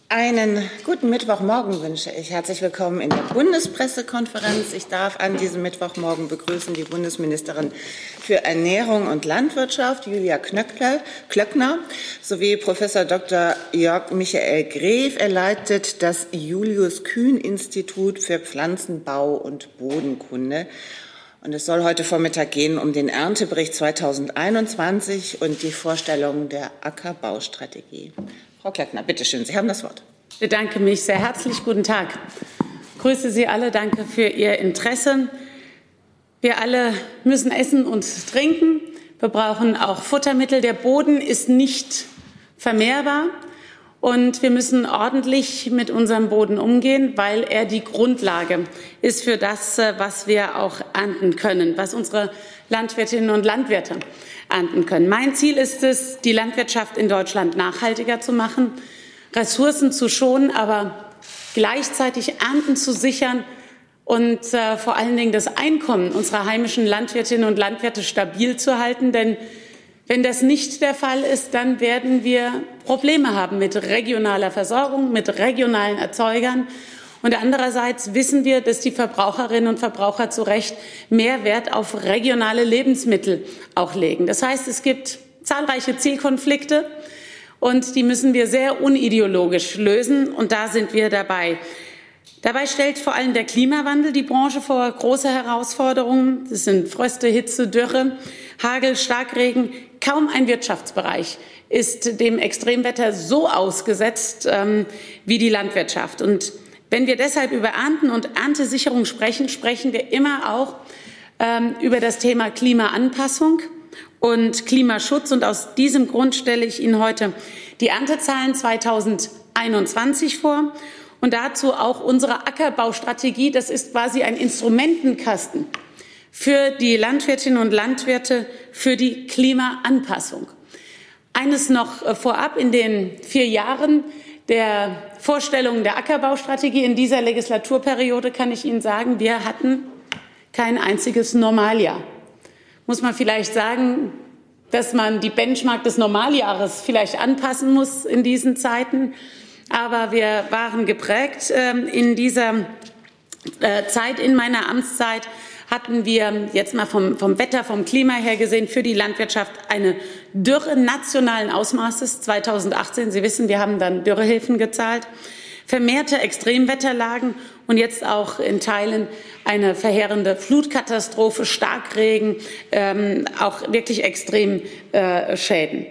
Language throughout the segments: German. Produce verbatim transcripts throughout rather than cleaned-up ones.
Einen guten Mittwochmorgen wünsche ich. Herzlich willkommen in der Bundespressekonferenz. Ich darf an diesem Mittwochmorgen begrüßen die Bundesministerin für Ernährung und Landwirtschaft, Julia Klöckner, sowie Professor Doktor Jörg Michael Gref. Er leitet das Julius-Kühn-Institut für Pflanzenbau und Bodenkunde. Und es soll heute Vormittag gehen um den Erntebericht zweitausendeinundzwanzig und die Vorstellung der Ackerbaustrategie. Frau Klöckner, bitte schön, Sie haben das Wort. Ich bedanke mich sehr herzlich. Guten Tag. Ich grüße Sie alle. Danke für Ihr Interesse. Wir alle müssen essen und trinken. Wir brauchen auch Futtermittel. Der Boden ist nicht vermehrbar. Und wir müssen ordentlich mit unserem Boden umgehen, weil er die Grundlage ist für das, was wir auch ernten können, was unsere Landwirtinnen und Landwirte ernten können. Mein Ziel ist es, die Landwirtschaft in Deutschland nachhaltiger zu machen, Ressourcen zu schonen, aber gleichzeitig Ernten zu sichern und äh, vor allen Dingen das Einkommen unserer heimischen Landwirtinnen und Landwirte stabil zu halten. Denn wenn das nicht der Fall ist, dann werden wir Probleme haben mit regionaler Versorgung, mit regionalen Erzeugern. Und andererseits wissen wir, dass die Verbraucherinnen und Verbraucher zu Recht mehr Wert auf regionale Lebensmittel auch legen. Das heißt, es gibt zahlreiche Zielkonflikte und die müssen wir sehr unideologisch lösen. Und da sind wir dabei. Dabei stellt vor allem der Klimawandel die Branche vor große Herausforderungen. Das sind Fröste, Hitze, Dürre, Hagel, Starkregen. Kaum ein Wirtschaftsbereich ist dem Extremwetter so ausgesetzt ähm, wie die Landwirtschaft. Und wenn wir deshalb über Ernten und Erntesicherung sprechen, sprechen wir immer auch ähm, über das Thema Klimaanpassung und Klimaschutz. Und aus diesem Grund stelle ich Ihnen heute die Erntezahlen zweitausendeinundzwanzig vor. Und dazu auch unsere Ackerbaustrategie. Das ist quasi ein Instrumentenkasten für die Landwirtinnen und Landwirte für die Klimaanpassung. Eines noch vorab: In den vier Jahren der Vorstellung der Ackerbaustrategie in dieser Legislaturperiode kann ich Ihnen sagen, wir hatten kein einziges Normaljahr. Muss man vielleicht sagen, dass man die Benchmark des Normaljahres vielleicht anpassen muss in diesen Zeiten. Aber wir waren geprägt äh, in dieser äh, Zeit, in meiner Amtszeit, hatten wir jetzt mal vom, vom Wetter, vom Klima her gesehen, für die Landwirtschaft eine Dürre nationalen Ausmaßes zweitausendachtzehn. Sie wissen, wir haben dann Dürrehilfen gezahlt, vermehrte Extremwetterlagen und jetzt auch in Teilen eine verheerende Flutkatastrophe, Starkregen, ähm, auch wirklich extrem äh, Schäden.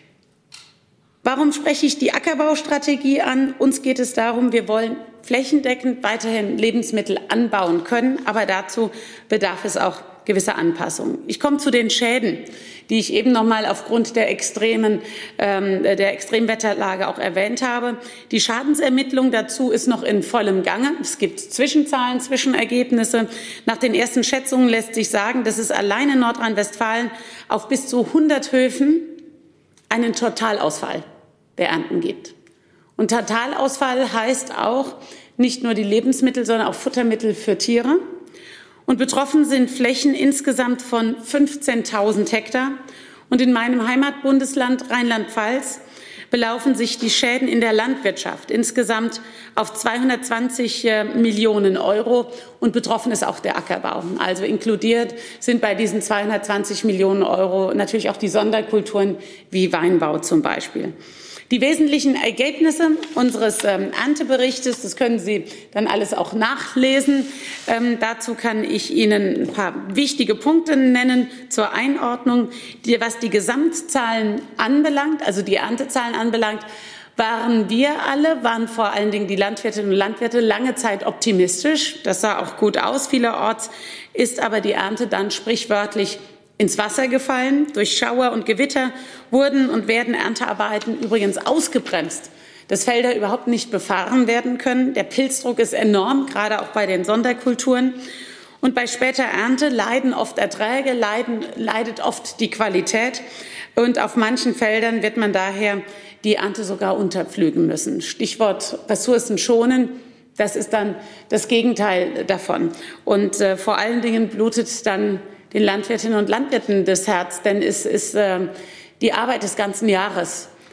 Warum spreche ich die Ackerbaustrategie an? Uns geht es darum, wir wollen flächendeckend weiterhin Lebensmittel anbauen können, aber dazu bedarf es auch gewisser Anpassungen. Ich komme zu den Schäden, die ich eben noch mal aufgrund der extremen, ähm, der Extremwetterlage auch erwähnt habe. Die Schadensermittlung dazu ist noch in vollem Gange. Es gibt Zwischenzahlen, Zwischenergebnisse. Nach den ersten Schätzungen lässt sich sagen, dass es allein in Nordrhein-Westfalen auf bis zu hundert Höfen einen Totalausfall der Ernten gibt. Und Totalausfall heißt auch nicht nur die Lebensmittel, sondern auch Futtermittel für Tiere. Und betroffen sind Flächen insgesamt von fünfzehntausend Hektar. Und in meinem Heimatbundesland Rheinland-Pfalz belaufen sich die Schäden in der Landwirtschaft insgesamt auf zweihundertzwanzig Millionen Euro. Und betroffen ist auch der Ackerbau. Also inkludiert sind bei diesen zweihundertzwanzig Millionen Euro natürlich auch die Sonderkulturen wie Weinbau zum Beispiel. Die wesentlichen Ergebnisse unseres ähm, Ernteberichtes, das können Sie dann alles auch nachlesen. Ähm, dazu kann ich Ihnen ein paar wichtige Punkte nennen zur Einordnung. Die, was die Gesamtzahlen anbelangt, also die Erntezahlen anbelangt, waren wir alle, waren vor allen Dingen die Landwirtinnen und Landwirte lange Zeit optimistisch. Das sah auch gut aus vielerorts, ist aber die Ernte dann sprichwörtlich ins Wasser gefallen. Durch Schauer und Gewitter wurden und werden Erntearbeiten übrigens ausgebremst, dass Felder überhaupt nicht befahren werden können. Der Pilzdruck ist enorm, gerade auch bei den Sonderkulturen. Und bei später Ernte leiden oft Erträge, leiden, leidet oft die Qualität. Und auf manchen Feldern wird man daher die Ernte sogar unterpflügen müssen. Stichwort Ressourcen schonen. Das ist dann das Gegenteil davon. Und äh, vor allen Dingen blutet dann den Landwirtinnen und Landwirten das Herz, denn es ist äh, die Arbeit des ganzen Jahres,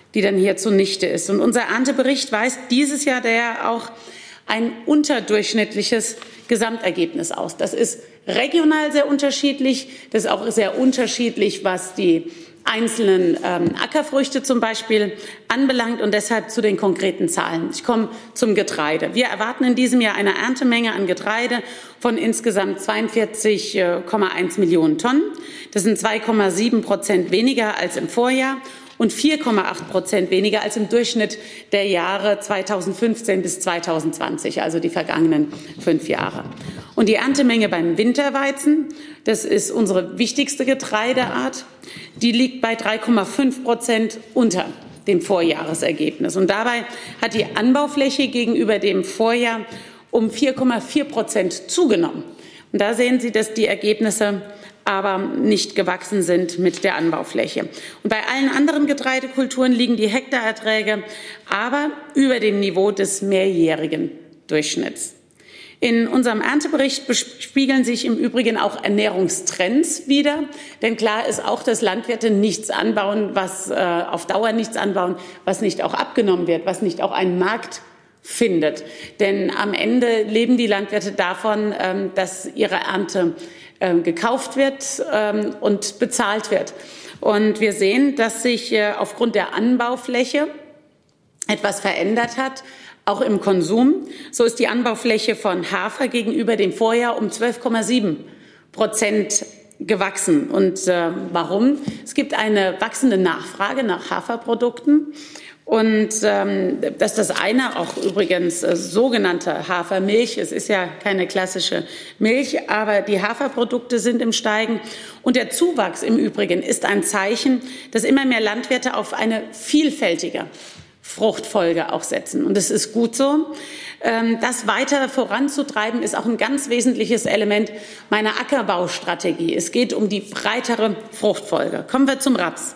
die dann hier zunichte ist. Und unser Erntebericht weist dieses Jahr daher auch ein unterdurchschnittliches Gesamtergebnis aus. Das ist regional sehr unterschiedlich. Das ist auch sehr unterschiedlich, was die einzelnen ähm, Ackerfrüchte zum Beispiel anbelangt und deshalb zu den konkreten Zahlen. Ich komme zum Getreide. Wir erwarten in diesem Jahr eine Erntemenge an Getreide von insgesamt zweiundvierzig Komma eins Millionen Tonnen. Das sind zwei Komma sieben Prozent weniger als im Vorjahr und vier Komma acht Prozent weniger als im Durchschnitt der Jahre zweitausendfünfzehn bis zweitausendzwanzig, also die vergangenen fünf Jahre. Und die Erntemenge beim Winterweizen, das ist unsere wichtigste Getreideart, die liegt bei drei Komma fünf Prozent unter dem Vorjahresergebnis. Und dabei hat die Anbaufläche gegenüber dem Vorjahr um vier Komma vier Prozent zugenommen. Und da sehen Sie, dass die Ergebnisse aber nicht gewachsen sind mit der Anbaufläche. Und bei allen anderen Getreidekulturen liegen die Hektarerträge aber über dem Niveau des mehrjährigen Durchschnitts. In unserem Erntebericht spiegeln sich im Übrigen auch Ernährungstrends wider. Denn klar ist auch, dass Landwirte nichts anbauen, was äh, auf Dauer nichts anbauen, was nicht auch abgenommen wird, was nicht auch einen Markt findet. Denn am Ende leben die Landwirte davon, ähm, dass ihre Ernte äh, gekauft wird ähm, und bezahlt wird. Und wir sehen, dass sich äh, aufgrund der Anbaufläche etwas verändert hat. Auch im Konsum. So ist die Anbaufläche von Hafer gegenüber dem Vorjahr um zwölf Komma sieben Prozent gewachsen. Und äh, warum? Es gibt eine wachsende Nachfrage nach Haferprodukten. Und ähm, das ist das eine, auch übrigens äh, sogenannte Hafermilch. Es ist ja keine klassische Milch, aber die Haferprodukte sind im Steigen. Und der Zuwachs im Übrigen ist ein Zeichen, dass immer mehr Landwirte auf eine vielfältige Fruchtfolge auch setzen. Und es ist gut so. Das weiter voranzutreiben, ist auch ein ganz wesentliches Element meiner Ackerbaustrategie. Es geht um die breitere Fruchtfolge. Kommen wir zum Raps.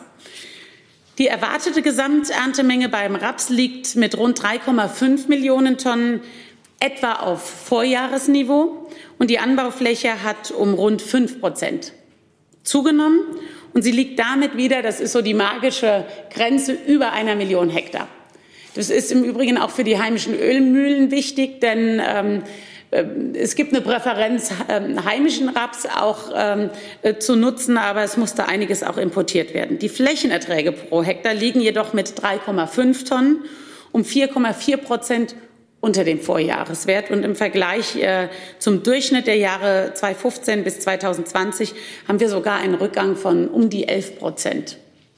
Die erwartete Gesamterntemenge beim Raps liegt mit rund drei Komma fünf Millionen Tonnen etwa auf Vorjahresniveau. Und die Anbaufläche hat um rund fünf Prozent zugenommen. Und sie liegt damit wieder, das ist so die magische Grenze, über einer Million Hektar. Das ist im Übrigen auch für die heimischen Ölmühlen wichtig, denn ähm, äh, es gibt eine Präferenz, äh, heimischen Raps auch ähm, äh, zu nutzen, aber es musste einiges auch importiert werden. Die Flächenerträge pro Hektar liegen jedoch mit drei Komma fünf Tonnen um vier Komma vier Prozent unter dem Vorjahreswert. Und im Vergleich äh, zum Durchschnitt der Jahre zweitausendfünfzehn bis zweitausendzwanzig haben wir sogar einen Rückgang von um die elf Prozent.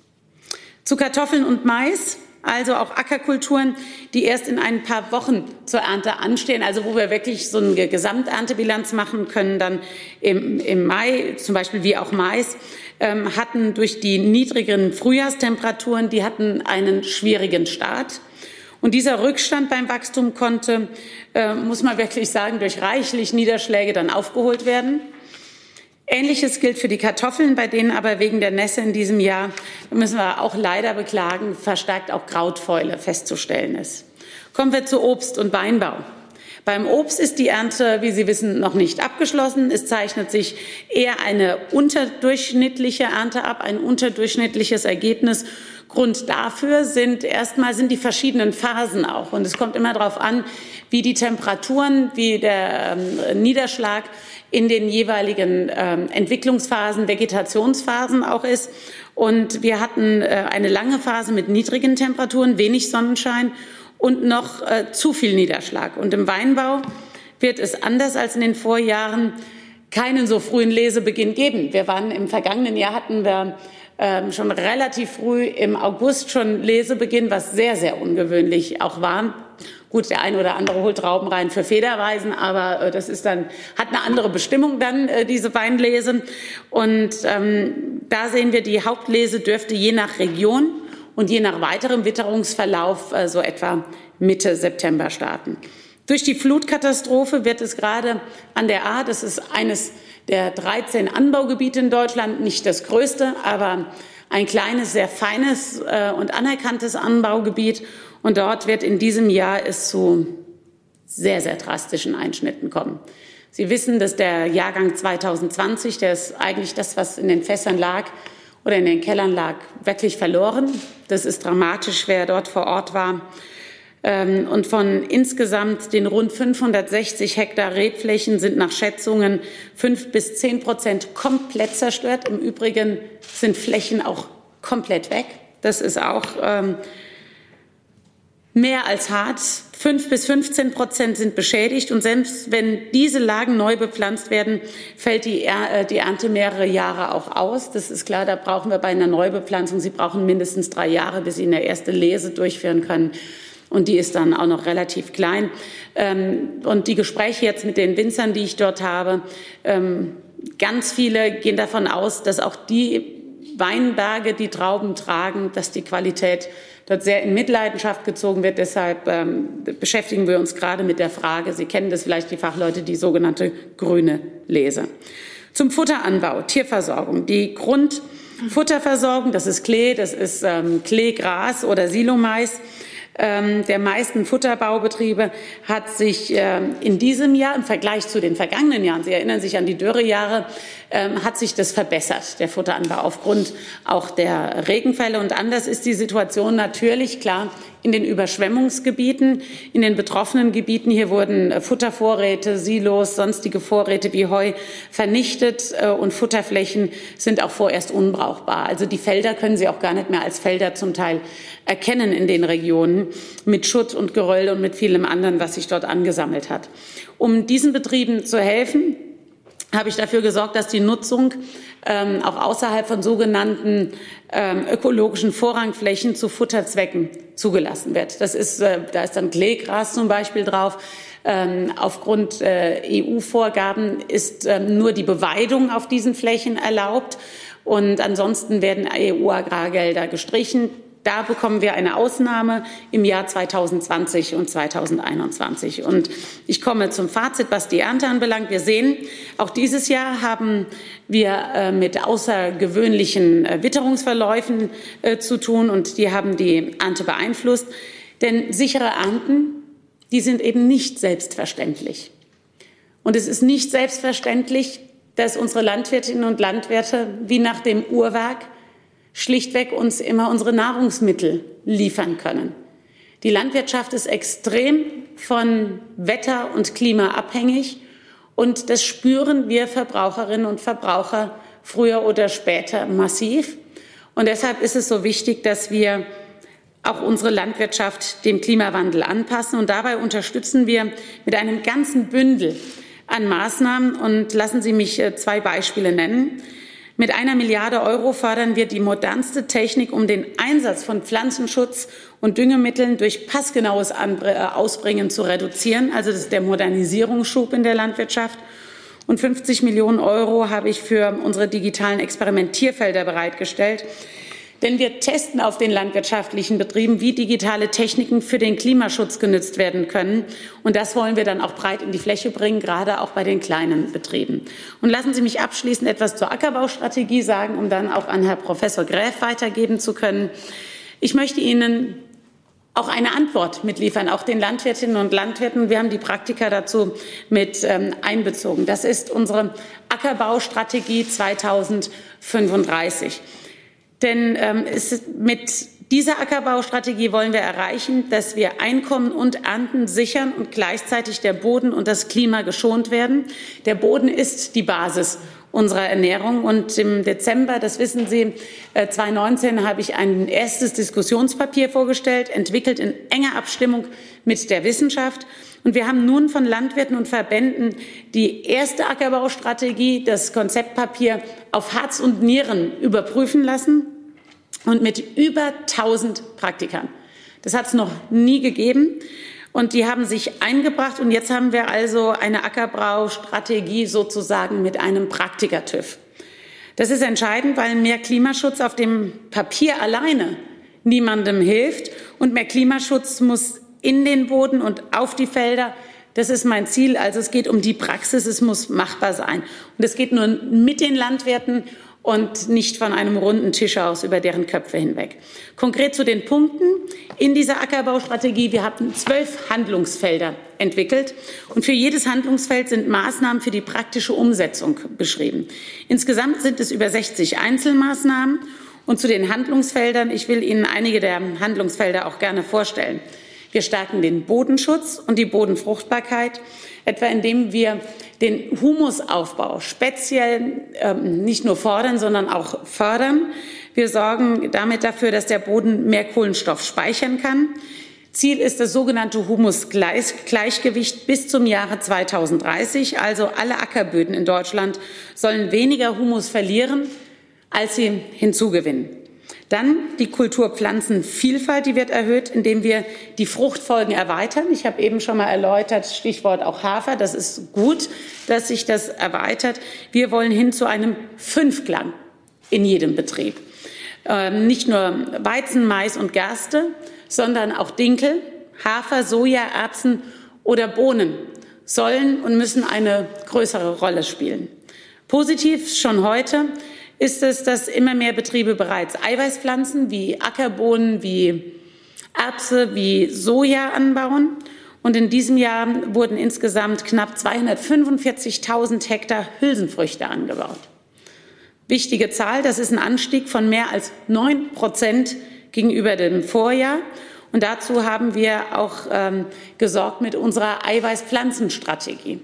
Zu Kartoffeln und Mais, also auch Ackerkulturen, die erst in ein paar Wochen zur Ernte anstehen, also wo wir wirklich so eine Gesamterntebilanz machen können, dann im, im Mai, zum Beispiel wie auch Mais, ähm, hatten durch die niedrigen Frühjahrstemperaturen, die hatten einen schwierigen Start. Und dieser Rückstand beim Wachstum konnte, äh, muss man wirklich sagen, durch reichlich Niederschläge dann aufgeholt werden. Ähnliches gilt für die Kartoffeln, bei denen aber wegen der Nässe in diesem Jahr, müssen wir auch leider beklagen, verstärkt auch Krautfäule festzustellen ist. Kommen wir zu Obst und Weinbau. Beim Obst ist die Ernte, wie Sie wissen, noch nicht abgeschlossen. Es zeichnet sich eher eine unterdurchschnittliche Ernte ab, ein unterdurchschnittliches Ergebnis. Grund dafür sind erstmal sind die verschiedenen Phasen auch. Und es kommt immer darauf an, wie die Temperaturen, wie der ähm, Niederschlag in den jeweiligen ähm, Entwicklungsphasen, Vegetationsphasen auch ist. Und wir hatten äh, eine lange Phase mit niedrigen Temperaturen, wenig Sonnenschein und noch äh, zu viel Niederschlag. Und im Weinbau wird es anders als in den Vorjahren keinen so frühen Lesebeginn geben. Wir waren im vergangenen Jahr hatten wir ähm, schon relativ früh im August schon Lesebeginn, was sehr, sehr ungewöhnlich auch war. Gut, der eine oder andere holt Trauben rein für Federweisen, aber äh, das ist dann, hat eine andere Bestimmung dann, äh, diese Weinlese. Und ähm, da sehen wir, die Hauptlese dürfte je nach Region und je nach weiterem Witterungsverlauf äh, so etwa Mitte September starten. Durch die Flutkatastrophe wird es gerade an der Ahr, das ist eines der dreizehn Anbaugebiete in Deutschland, nicht das größte, aber ein kleines, sehr feines äh, und anerkanntes Anbaugebiet. Und dort wird in diesem Jahr es zu sehr, sehr drastischen Einschnitten kommen. Sie wissen, dass der Jahrgang zweitausendzwanzig, der ist eigentlich das, was in den Fässern lag, oder in den Kellern lag, wirklich verloren. Das ist dramatisch, wer dort vor Ort war. Und von insgesamt den rund fünfhundertsechzig Hektar Rebflächen sind nach Schätzungen fünf bis zehn Prozent komplett zerstört. Im Übrigen sind Flächen auch komplett weg. Das ist auch ähm, mehr als hart. Fünf bis fünfzehn Prozent sind beschädigt. Und selbst wenn diese Lagen neu bepflanzt werden, fällt die, er die Ernte mehrere Jahre auch aus. Das ist klar, da brauchen wir bei einer Neubepflanzung, Sie brauchen mindestens drei Jahre, bis Sie eine erste Lese durchführen können. Und die ist dann auch noch relativ klein. Und die Gespräche jetzt mit den Winzern, die ich dort habe, ganz viele gehen davon aus, dass auch die Weinberge, die Trauben tragen, dass die Qualität dort sehr in Mitleidenschaft gezogen wird. Deshalb beschäftigen wir uns gerade mit der Frage, Sie kennen das vielleicht, die Fachleute, die sogenannte grüne Lese. Zum Futteranbau, Tierversorgung. Die Grundfutterversorgung, das ist Klee, das ist ähm, Kleegras oder Silomais, der meisten Futterbaubetriebe hat sich in diesem Jahr im Vergleich zu den vergangenen Jahren, Sie erinnern sich an die Dürrejahre, hat sich das verbessert, der Futteranbau, aufgrund auch der Regenfälle. Und anders ist die Situation natürlich, klar, in den Überschwemmungsgebieten, in den betroffenen Gebieten. Hier wurden Futtervorräte, Silos, sonstige Vorräte wie Heu vernichtet und Futterflächen sind auch vorerst unbrauchbar. Also die Felder können Sie auch gar nicht mehr als Felder zum Teil erkennen in den Regionen mit Schutt und Geröll und mit vielem anderen, was sich dort angesammelt hat. Um diesen Betrieben zu helfen, habe ich dafür gesorgt, dass die Nutzung ähm, auch außerhalb von sogenannten ähm, ökologischen Vorrangflächen zu Futterzwecken zugelassen wird. Das ist, äh, da ist dann Kleegras zum Beispiel drauf. Ähm, aufgrund äh, E U-Vorgaben ist ähm, nur die Beweidung auf diesen Flächen erlaubt und ansonsten werden E U-Agrargelder gestrichen. Da bekommen wir eine Ausnahme im Jahr zweitausendzwanzig und zweitausendeinundzwanzig. Und ich komme zum Fazit, was die Ernte anbelangt. Wir sehen, auch dieses Jahr haben wir äh, mit außergewöhnlichen äh, Witterungsverläufen äh, zu tun und die haben die Ernte beeinflusst. Denn sichere Ernten, die sind eben nicht selbstverständlich. Und es ist nicht selbstverständlich, dass unsere Landwirtinnen und Landwirte wie nach dem Uhrwerk schlichtweg uns immer unsere Nahrungsmittel liefern können. Die Landwirtschaft ist extrem von Wetter und Klima abhängig und das spüren wir Verbraucherinnen und Verbraucher früher oder später massiv. Und deshalb ist es so wichtig, dass wir auch unsere Landwirtschaft dem Klimawandel anpassen. Und dabei unterstützen wir mit einem ganzen Bündel an Maßnahmen. Und lassen Sie mich zwei Beispiele nennen. Mit einer Milliarde Euro fördern wir die modernste Technik, um den Einsatz von Pflanzenschutz und Düngemitteln durch passgenaues Ausbringen zu reduzieren. Also das ist der Modernisierungsschub in der Landwirtschaft. Und fünfzig Millionen Euro habe ich für unsere digitalen Experimentierfelder bereitgestellt. Denn wir testen auf den landwirtschaftlichen Betrieben, wie digitale Techniken für den Klimaschutz genutzt werden können. Und das wollen wir dann auch breit in die Fläche bringen, gerade auch bei den kleinen Betrieben. Und lassen Sie mich abschließend etwas zur Ackerbaustrategie sagen, um dann auch an Herrn Professor Gräf weitergeben zu können. Ich möchte Ihnen auch eine Antwort mitliefern, auch den Landwirtinnen und Landwirten. Wir haben die Praktiker dazu mit ähm, einbezogen. Das ist unsere Ackerbaustrategie zweitausendfünfunddreißig. Denn ähm, es, mit dieser Ackerbaustrategie wollen wir erreichen, dass wir Einkommen und Ernten sichern und gleichzeitig der Boden und das Klima geschont werden. Der Boden ist die Basis unserer Ernährung. Und im Dezember, das wissen Sie, zweitausendneunzehn habe ich ein erstes Diskussionspapier vorgestellt, entwickelt in enger Abstimmung mit der Wissenschaft. Und wir haben nun von Landwirten und Verbänden die erste Ackerbaustrategie, das Konzeptpapier, auf Herz und Nieren überprüfen lassen und mit über tausend Praktikern. Das hat es noch nie gegeben. Und die haben sich eingebracht. Und jetzt haben wir also eine Ackerbaustrategie sozusagen mit einem Praktiker-TÜV. Das ist entscheidend, weil mehr Klimaschutz auf dem Papier alleine niemandem hilft. Und mehr Klimaschutz muss in den Boden und auf die Felder. Das ist mein Ziel. Also es geht um die Praxis. Es muss machbar sein. Und es geht nur mit den Landwirten und nicht von einem runden Tisch aus über deren Köpfe hinweg. Konkret zu den Punkten in dieser Ackerbaustrategie. Wir haben zwölf Handlungsfelder entwickelt und für jedes Handlungsfeld sind Maßnahmen für die praktische Umsetzung beschrieben. Insgesamt sind es über sechzig Einzelmaßnahmen und zu den Handlungsfeldern. Ich will Ihnen einige der Handlungsfelder auch gerne vorstellen. Wir stärken den Bodenschutz und die Bodenfruchtbarkeit, etwa indem wir den Humusaufbau speziell ähm, nicht nur fordern, sondern auch fördern. Wir sorgen damit dafür, dass der Boden mehr Kohlenstoff speichern kann. Ziel ist das sogenannte Humusgleichgewicht bis zum Jahre zweitausenddreißig. Also alle Ackerböden in Deutschland sollen weniger Humus verlieren, als sie hinzugewinnen. Dann die Kulturpflanzenvielfalt, die wird erhöht, indem wir die Fruchtfolgen erweitern. Ich habe eben schon mal erläutert, Stichwort auch Hafer. Das ist gut, dass sich das erweitert. Wir wollen hin zu einem Fünfklang in jedem Betrieb. Ähm, nicht nur Weizen, Mais und Gerste, sondern auch Dinkel, Hafer, Soja, Erbsen oder Bohnen sollen und müssen eine größere Rolle spielen. Positiv schon heute ist es, dass immer mehr Betriebe bereits Eiweißpflanzen wie Ackerbohnen, wie Erbse, wie Soja anbauen. Und in diesem Jahr wurden insgesamt knapp zweihundertfünfundvierzigtausend Hektar Hülsenfrüchte angebaut. Wichtige Zahl, das ist ein Anstieg von mehr als neun Prozent gegenüber dem Vorjahr. Und dazu haben wir auch ähm, gesorgt mit unserer Eiweißpflanzenstrategie.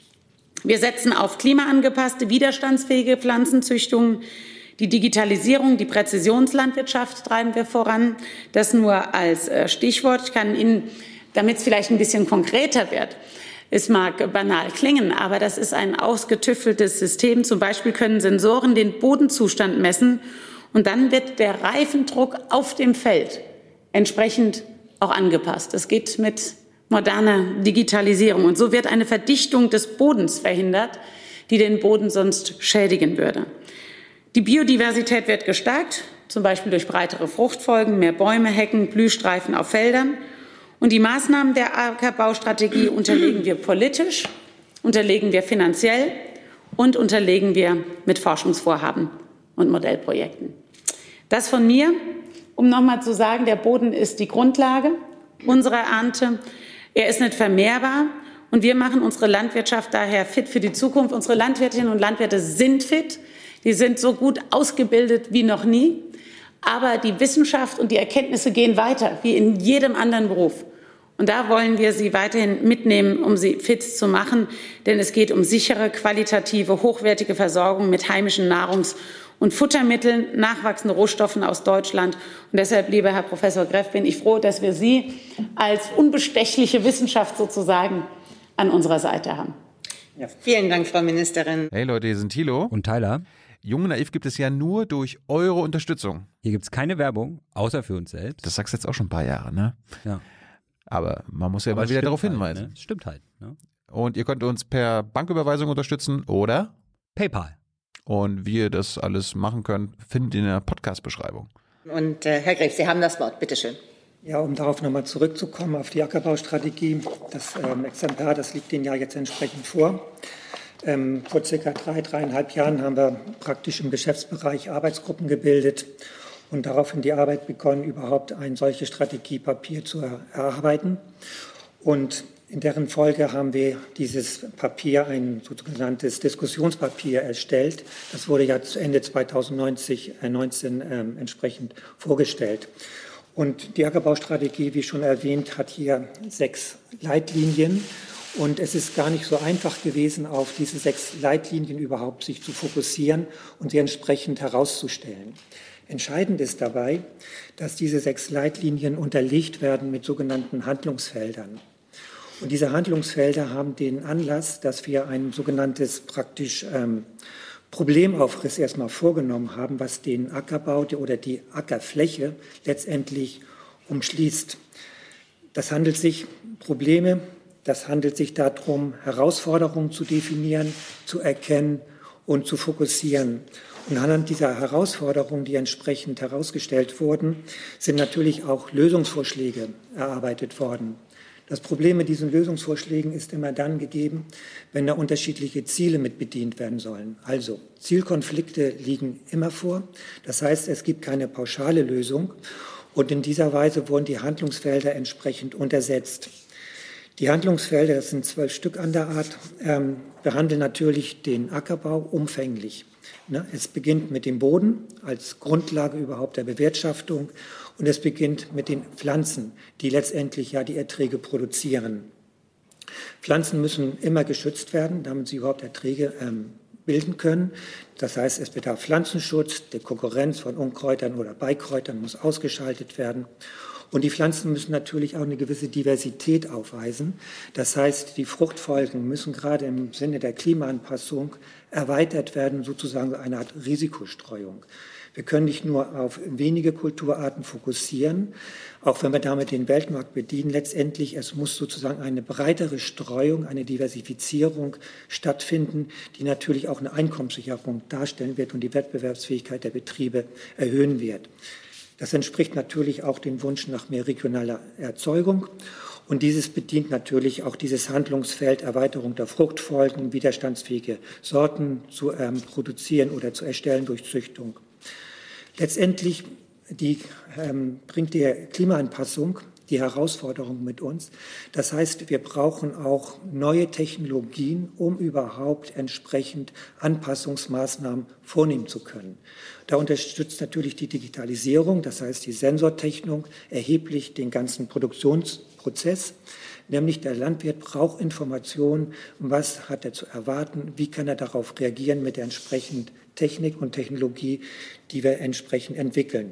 Wir setzen auf klimaangepasste, widerstandsfähige Pflanzenzüchtungen. Die Digitalisierung, die Präzisionslandwirtschaft treiben wir voran. Das nur als Stichwort. Ich kann Ihnen, damit es vielleicht ein bisschen konkreter wird, es mag banal klingen, aber das ist ein ausgetüfteltes System. Zum Beispiel können Sensoren den Bodenzustand messen und dann wird der Reifendruck auf dem Feld entsprechend auch angepasst. Das geht mit moderne Digitalisierung. Und so wird eine Verdichtung des Bodens verhindert, die den Boden sonst schädigen würde. Die Biodiversität wird gestärkt, zum Beispiel durch breitere Fruchtfolgen, mehr Bäume, Hecken, Blühstreifen auf Feldern. Und die Maßnahmen der Ackerbaustrategie unterlegen wir politisch, unterlegen wir finanziell und unterlegen wir mit Forschungsvorhaben und Modellprojekten. Das von mir, um noch mal zu sagen, der Boden ist die Grundlage unserer Ernte. Er ist nicht vermehrbar und wir machen unsere Landwirtschaft daher fit für die Zukunft. Unsere Landwirtinnen und Landwirte sind fit. Die sind so gut ausgebildet wie noch nie. Aber die Wissenschaft und die Erkenntnisse gehen weiter, wie in jedem anderen Beruf. Und da wollen wir sie weiterhin mitnehmen, um sie fit zu machen. Denn es geht um sichere, qualitative, hochwertige Versorgung mit heimischen Nahrungs- und Futtermitteln, nachwachsende Rohstoffen aus Deutschland. Und deshalb, lieber Herr Professor Greff, bin ich froh, dass wir Sie als unbestechliche Wissenschaft sozusagen an unserer Seite haben. Ja, vielen Dank, Frau Ministerin. Hey Leute, hier sind Thilo und Tyler. Jung und Naiv gibt es ja nur durch eure Unterstützung. Hier gibt es keine Werbung, außer für uns selbst. Das sagst du jetzt auch schon ein paar Jahre, ne? Ja. Aber man muss ja Aber mal wieder darauf halt, hinweisen. Ne? Stimmt halt. Ne? Und ihr könnt uns per Banküberweisung unterstützen oder PayPal. Und wie ihr das alles machen könnt, findet ihr in der Podcast-Beschreibung. Und äh, Herr Greff, Sie haben das Wort. Bitte schön. Ja, um darauf nochmal zurückzukommen, auf die Ackerbaustrategie. Das ähm, Exemplar, das liegt Ihnen ja jetzt entsprechend vor. Ähm, vor circa drei, dreieinhalb Jahren haben wir praktisch im Geschäftsbereich Arbeitsgruppen gebildet und daraufhin die Arbeit begonnen, überhaupt ein solches Strategiepapier zu erarbeiten. Und in deren Folge haben wir dieses Papier, ein sogenanntes Diskussionspapier, erstellt. Das wurde ja zu Ende zweitausendneunzehn ähm, entsprechend vorgestellt. Und die Ackerbaustrategie, wie schon erwähnt, hat hier sechs Leitlinien. Und es ist gar nicht so einfach gewesen, auf diese sechs Leitlinien überhaupt sich zu fokussieren und sie entsprechend herauszustellen. Entscheidend ist dabei, dass diese sechs Leitlinien unterlegt werden mit sogenannten Handlungsfeldern. Und diese Handlungsfelder haben den Anlass, dass wir ein sogenanntes praktisch ähm, Problemaufriss erstmal vorgenommen haben, was den Ackerbau oder die Ackerfläche letztendlich umschließt. Das handelt sich Probleme, das handelt sich darum, Herausforderungen zu definieren, zu erkennen und zu fokussieren. Und anhand dieser Herausforderungen, die entsprechend herausgestellt wurden, sind natürlich auch Lösungsvorschläge erarbeitet worden. Das Problem mit diesen Lösungsvorschlägen ist immer dann gegeben, wenn da unterschiedliche Ziele mit bedient werden sollen. Also Zielkonflikte liegen immer vor. Das heißt, es gibt keine pauschale Lösung. Und in dieser Weise wurden die Handlungsfelder entsprechend untersetzt. Die Handlungsfelder, das sind zwölf Stück an der Art, ähm, behandeln natürlich den Ackerbau umfänglich. Ne? Es beginnt mit dem Boden als Grundlage überhaupt der Bewirtschaftung und es beginnt mit den Pflanzen, die letztendlich ja die Erträge produzieren. Pflanzen müssen immer geschützt werden, damit sie überhaupt Erträge ähm, bilden können. Das heißt, es bedarf Pflanzenschutz, die Konkurrenz von Unkräutern oder Beikräutern muss ausgeschaltet werden. Und die Pflanzen müssen natürlich auch eine gewisse Diversität aufweisen. Das heißt, die Fruchtfolgen müssen gerade im Sinne der Klimaanpassung erweitert werden, sozusagen eine Art Risikostreuung. Wir können nicht nur auf wenige Kulturarten fokussieren, auch wenn wir damit den Weltmarkt bedienen. Letztendlich, es muss sozusagen eine breitere Streuung, eine Diversifizierung stattfinden, die natürlich auch eine Einkommenssicherung darstellen wird und die Wettbewerbsfähigkeit der Betriebe erhöhen wird. Das entspricht natürlich auch dem Wunsch nach mehr regionaler Erzeugung. Und dieses bedient natürlich auch dieses Handlungsfeld Erweiterung der Fruchtfolgen, widerstandsfähige Sorten zu ähm, produzieren oder zu erstellen durch Züchtung. Letztendlich die, ähm, bringt die Klimaanpassung die Herausforderung mit uns. Das heißt, wir brauchen auch neue Technologien, um überhaupt entsprechend Anpassungsmaßnahmen vornehmen zu können. Da unterstützt natürlich die Digitalisierung, das heißt die Sensortechnik, erheblich den ganzen Produktionsprozess. Nämlich der Landwirt braucht Informationen, was hat er zu erwarten, wie kann er darauf reagieren mit der entsprechenden Technik und Technologie, die wir entsprechend entwickeln.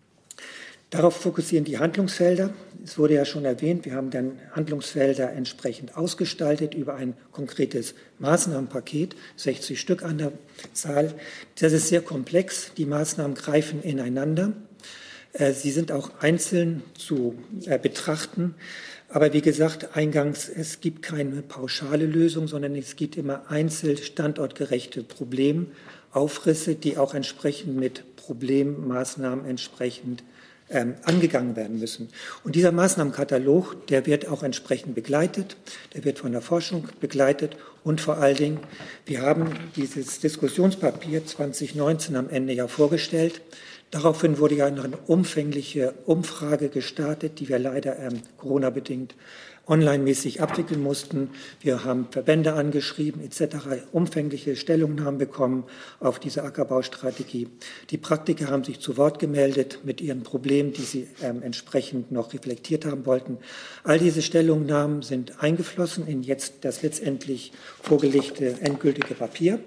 Darauf fokussieren die Handlungsfelder. Es wurde ja schon erwähnt, wir haben dann Handlungsfelder entsprechend ausgestaltet über ein konkretes Maßnahmenpaket, sechzig Stück an der Zahl. Das ist sehr komplex, die Maßnahmen greifen ineinander. Sie sind auch einzeln zu betrachten. Aber wie gesagt, eingangs, es gibt keine pauschale Lösung, sondern es gibt immer einzeln standortgerechte Problemaufrisse, die auch entsprechend mit Problemmaßnahmen entsprechend ähm, angegangen werden müssen. Und dieser Maßnahmenkatalog, der wird auch entsprechend begleitet, der wird von der Forschung begleitet und vor allen Dingen, wir haben dieses Diskussionspapier zwanzig neunzehn am Ende ja vorgestellt. Daraufhin wurde ja noch eine umfängliche Umfrage gestartet, die wir leider ähm, Corona-bedingt online-mäßig abwickeln mussten. Wir haben Verbände angeschrieben et cetera, umfängliche Stellungnahmen bekommen auf diese Ackerbaustrategie. Die Praktiker haben sich zu Wort gemeldet mit ihren Problemen, die sie ähm, entsprechend noch reflektiert haben wollten. All diese Stellungnahmen sind eingeflossen in jetzt das letztendlich vorgelegte endgültige Papier.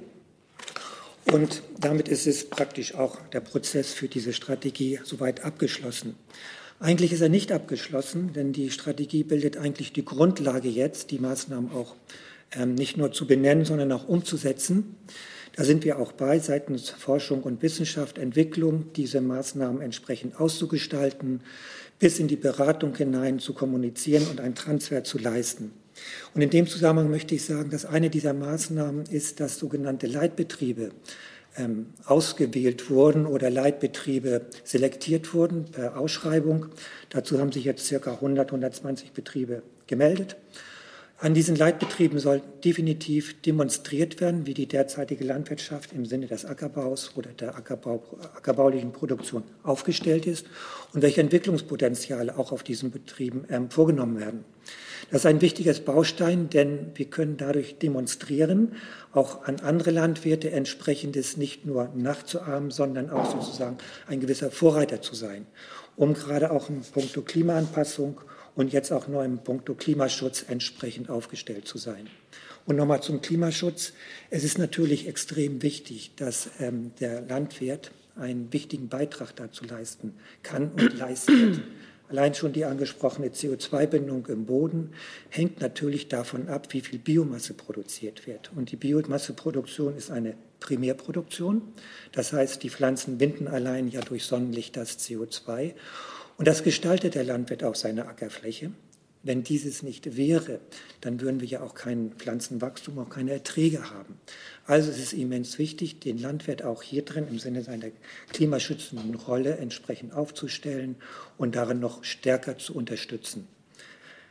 Und damit ist es praktisch auch der Prozess für diese Strategie soweit abgeschlossen. Eigentlich ist er nicht abgeschlossen, denn die Strategie bildet eigentlich die Grundlage jetzt, die Maßnahmen auch ähm, nicht nur zu benennen, sondern auch umzusetzen. Da sind wir auch bei, seitens Forschung und Wissenschaft, Entwicklung, diese Maßnahmen entsprechend auszugestalten, bis in die Beratung hinein zu kommunizieren und einen Transfer zu leisten. Und in dem Zusammenhang möchte ich sagen, dass eine dieser Maßnahmen ist, dass sogenannte Leitbetriebe ähm, ausgewählt wurden oder Leitbetriebe selektiert wurden per Ausschreibung. Dazu haben sich jetzt ca. hundert, hundertzwanzig Betriebe gemeldet. An diesen Leitbetrieben soll definitiv demonstriert werden, wie die derzeitige Landwirtschaft im Sinne des Ackerbaus oder der Ackerbau, ackerbaulichen Produktion aufgestellt ist und welche Entwicklungspotenziale auch auf diesen Betrieben ähm, vorgenommen werden. Das ist ein wichtiges Baustein, denn wir können dadurch demonstrieren, auch an andere Landwirte entsprechendes nicht nur nachzuahmen, sondern auch sozusagen ein gewisser Vorreiter zu sein, um gerade auch in puncto Klimaanpassung und jetzt auch noch im puncto Klimaschutz entsprechend aufgestellt zu sein. Und nochmal zum Klimaschutz. Es ist natürlich extrem wichtig, dass ähm, der Landwirt einen wichtigen Beitrag dazu leisten kann und leistet. Allein schon die angesprochene C O zwei Bindung im Boden hängt natürlich davon ab, wie viel Biomasse produziert wird. Und die Biomasseproduktion ist eine Primärproduktion. Das heißt, die Pflanzen binden allein ja durch Sonnenlicht das C O zwei. Und das gestaltet der Landwirt auf seiner Ackerfläche. Wenn dieses nicht wäre, dann würden wir ja auch kein Pflanzenwachstum, auch keine Erträge haben. Also es ist immens wichtig, den Landwirt auch hier drin im Sinne seiner klimaschützenden Rolle entsprechend aufzustellen und darin noch stärker zu unterstützen.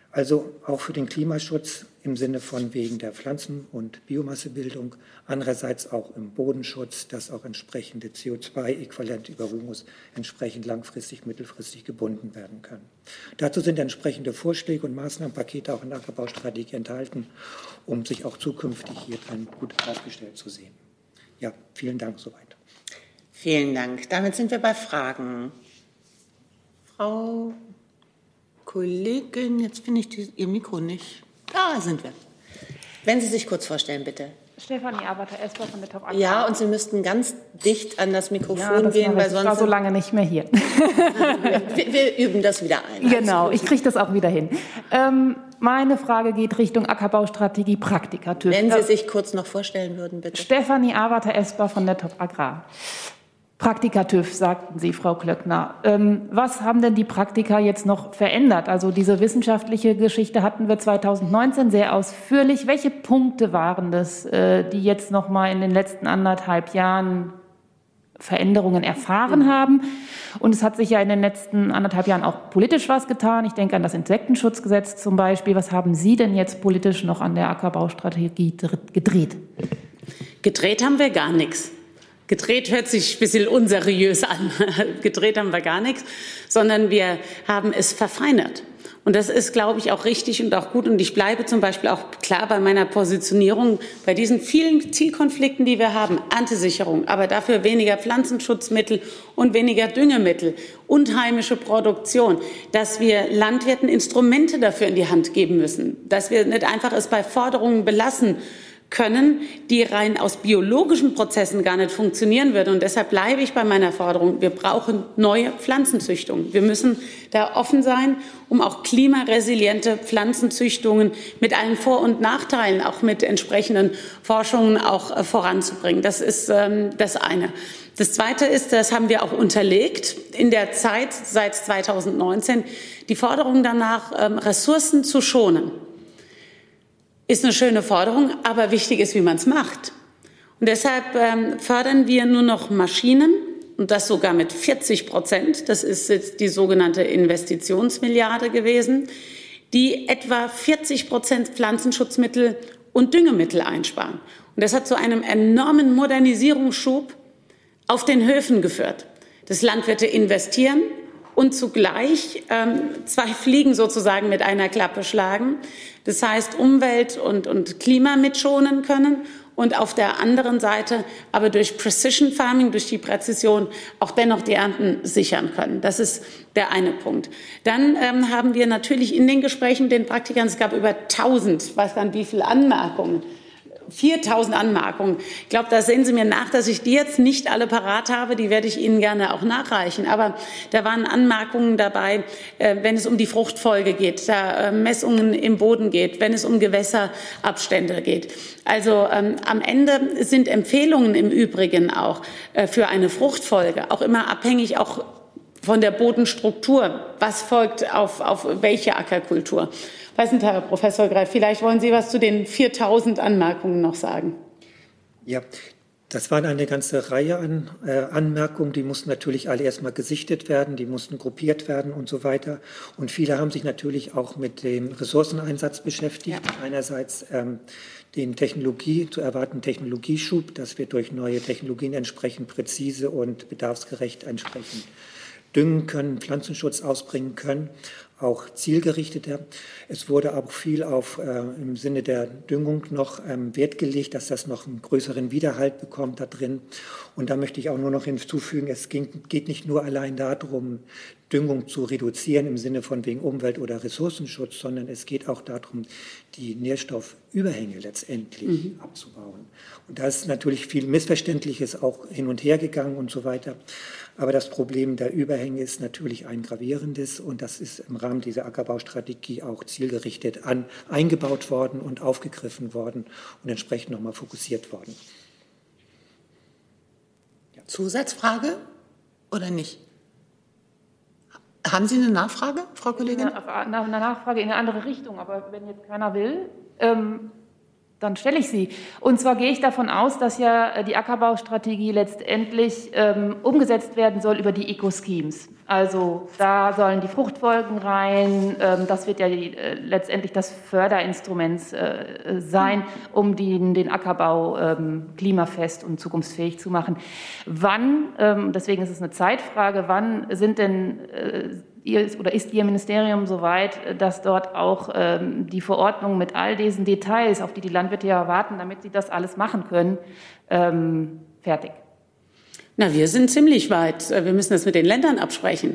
Also auch für den Klimaschutz im Sinne von wegen der Pflanzen- und Biomassebildung, andererseits auch im Bodenschutz, dass auch entsprechende C O zwei Äquivalente über Humus entsprechend langfristig, mittelfristig gebunden werden können. Dazu sind entsprechende Vorschläge und Maßnahmenpakete auch in der Ackerbaustrategie enthalten, um sich auch zukünftig hier drin gut aufgestellt zu sehen. Ja, vielen Dank soweit. Vielen Dank. Damit sind wir bei Fragen. Frau Kollegin, jetzt finde ich die, Ihr Mikro nicht. Da sind wir. Wenn Sie sich kurz vorstellen, bitte. Stefanie Arbeiter-Esper von der Top Agrar. Ja, und Sie müssten ganz dicht an das Mikrofon ja, das gehen, weil ich. sonst... Ich war so lange nicht mehr hier. wir, wir üben das wieder ein. Genau, ich kriege das auch wieder hin. Ähm, meine Frage geht Richtung Ackerbaustrategie Praktika-TÜV. Wenn Sie sich kurz noch vorstellen würden, bitte. Stefanie Arbeiter-Esper von der Top Agrar. Praktika-TÜV, sagten Sie, Frau Klöckner. Ähm, was haben denn die Praktika jetzt noch verändert? Also diese wissenschaftliche Geschichte hatten wir zweitausendneunzehn sehr ausführlich. Welche Punkte waren das, äh, die jetzt noch mal in den letzten anderthalb Jahren Veränderungen erfahren haben? Und es hat sich ja in den letzten anderthalb Jahren auch politisch was getan. Ich denke an das Insektenschutzgesetz zum Beispiel. Was haben Sie denn jetzt politisch noch an der Ackerbaustrategie gedreht? Gedreht haben wir gar nichts. Gedreht hört sich ein bisschen unseriös an. Gedreht haben wir gar nichts, sondern wir haben es verfeinert. Und das ist, glaube ich, auch richtig und auch gut. Und ich bleibe zum Beispiel auch klar bei meiner Positionierung bei diesen vielen Zielkonflikten, die wir haben. Antisicherung, aber dafür weniger Pflanzenschutzmittel und weniger Düngemittel und heimische Produktion. Dass wir Landwirten Instrumente dafür in die Hand geben müssen. Dass wir nicht einfach es bei Forderungen belassen können, die rein aus biologischen Prozessen gar nicht funktionieren würden. Und deshalb bleibe ich bei meiner Forderung, wir brauchen neue Pflanzenzüchtungen. Wir müssen da offen sein, um auch klimaresiliente Pflanzenzüchtungen mit allen Vor- und Nachteilen, auch mit entsprechenden Forschungen auch äh, voranzubringen. Das ist ähm, das eine. Das Zweite ist, das haben wir auch unterlegt, in der Zeit seit zweitausendneunzehn, die Forderung danach, ähm, Ressourcen zu schonen. Ist eine schöne Forderung, aber wichtig ist, wie man es macht. Und deshalb ähm, fördern wir nur noch Maschinen, und das sogar mit vierzig Prozent. Das ist jetzt die sogenannte Investitionsmilliarde gewesen, die etwa vierzig Prozent Pflanzenschutzmittel und Düngemittel einsparen. Und das hat zu einem enormen Modernisierungsschub auf den Höfen geführt. Dass Landwirte investieren und zugleich ähm, zwei Fliegen sozusagen mit einer Klappe schlagen. Das heißt, Umwelt und, und Klima mitschonen können und auf der anderen Seite aber durch Precision Farming, durch die Präzision auch dennoch die Ernten sichern können. Das ist der eine Punkt. Dann ähm, haben wir natürlich in den Gesprächen mit den Praktikern, es gab über tausend, ich weiß gar nicht wie viele Anmerkungen, viertausend Anmerkungen. Ich glaube, da sehen Sie mir nach, dass ich die jetzt nicht alle parat habe. Die werde ich Ihnen gerne auch nachreichen. Aber da waren Anmerkungen dabei, äh, wenn es um die Fruchtfolge geht, da äh, Messungen im Boden geht, wenn es um Gewässerabstände geht. Also ähm, am Ende sind Empfehlungen im Übrigen auch äh, für eine Fruchtfolge auch immer abhängig auch von der Bodenstruktur. Was folgt auf, auf welche Ackerkultur? Weiß nicht, Herr Professor Greif, vielleicht wollen Sie was zu den viertausend Anmerkungen noch sagen. Ja, das waren eine ganze Reihe an äh, Anmerkungen. Die mussten natürlich alle erstmal gesichtet werden, die mussten gruppiert werden und so weiter. Und viele haben sich natürlich auch mit dem Ressourceneinsatz beschäftigt. Ja. Einerseits ähm, den Technologie, zu erwartenden Technologieschub, dass wir durch neue Technologien entsprechend präzise und bedarfsgerecht entsprechend düngen können, Pflanzenschutz ausbringen können, auch zielgerichteter. Es wurde auch viel auf, äh, im Sinne der Düngung noch ähm, Wert gelegt, dass das noch einen größeren Widerhalt bekommt da drin. Und da möchte ich auch nur noch hinzufügen, es ging, geht nicht nur allein darum, Düngung zu reduzieren im Sinne von wegen Umwelt- oder Ressourcenschutz, sondern es geht auch darum, die Nährstoffüberhänge letztendlich mhm. abzubauen. Und da ist natürlich viel Missverständliches auch hin und her gegangen und so weiter. Aber das Problem der Überhänge ist natürlich ein gravierendes und das ist im Rahmen dieser Ackerbaustrategie auch zielgerichtet an, eingebaut worden und aufgegriffen worden und entsprechend nochmal fokussiert worden. Ja. Zusatzfrage oder nicht? Haben Sie eine Nachfrage, Frau Kollegin? Eine, eine Nachfrage in eine andere Richtung, aber wenn jetzt keiner will. Ähm, Dann stelle ich sie. Und zwar gehe ich davon aus, dass ja die Ackerbaustrategie letztendlich ähm, umgesetzt werden soll über die Eco-Schemes. Also da sollen die Fruchtfolgen rein. Ähm, das wird ja die, äh, letztendlich das Förderinstrument äh, sein, um die, den Ackerbau ähm, klimafest und zukunftsfähig zu machen. Wann, ähm, deswegen ist es eine Zeitfrage, wann sind denn äh, Ihr, oder ist Ihr Ministerium soweit, dass dort auch ähm, die Verordnung mit all diesen Details, auf die die Landwirte ja warten, damit sie das alles machen können, ähm, fertig? Na, wir sind ziemlich weit. Wir müssen das mit den Ländern absprechen.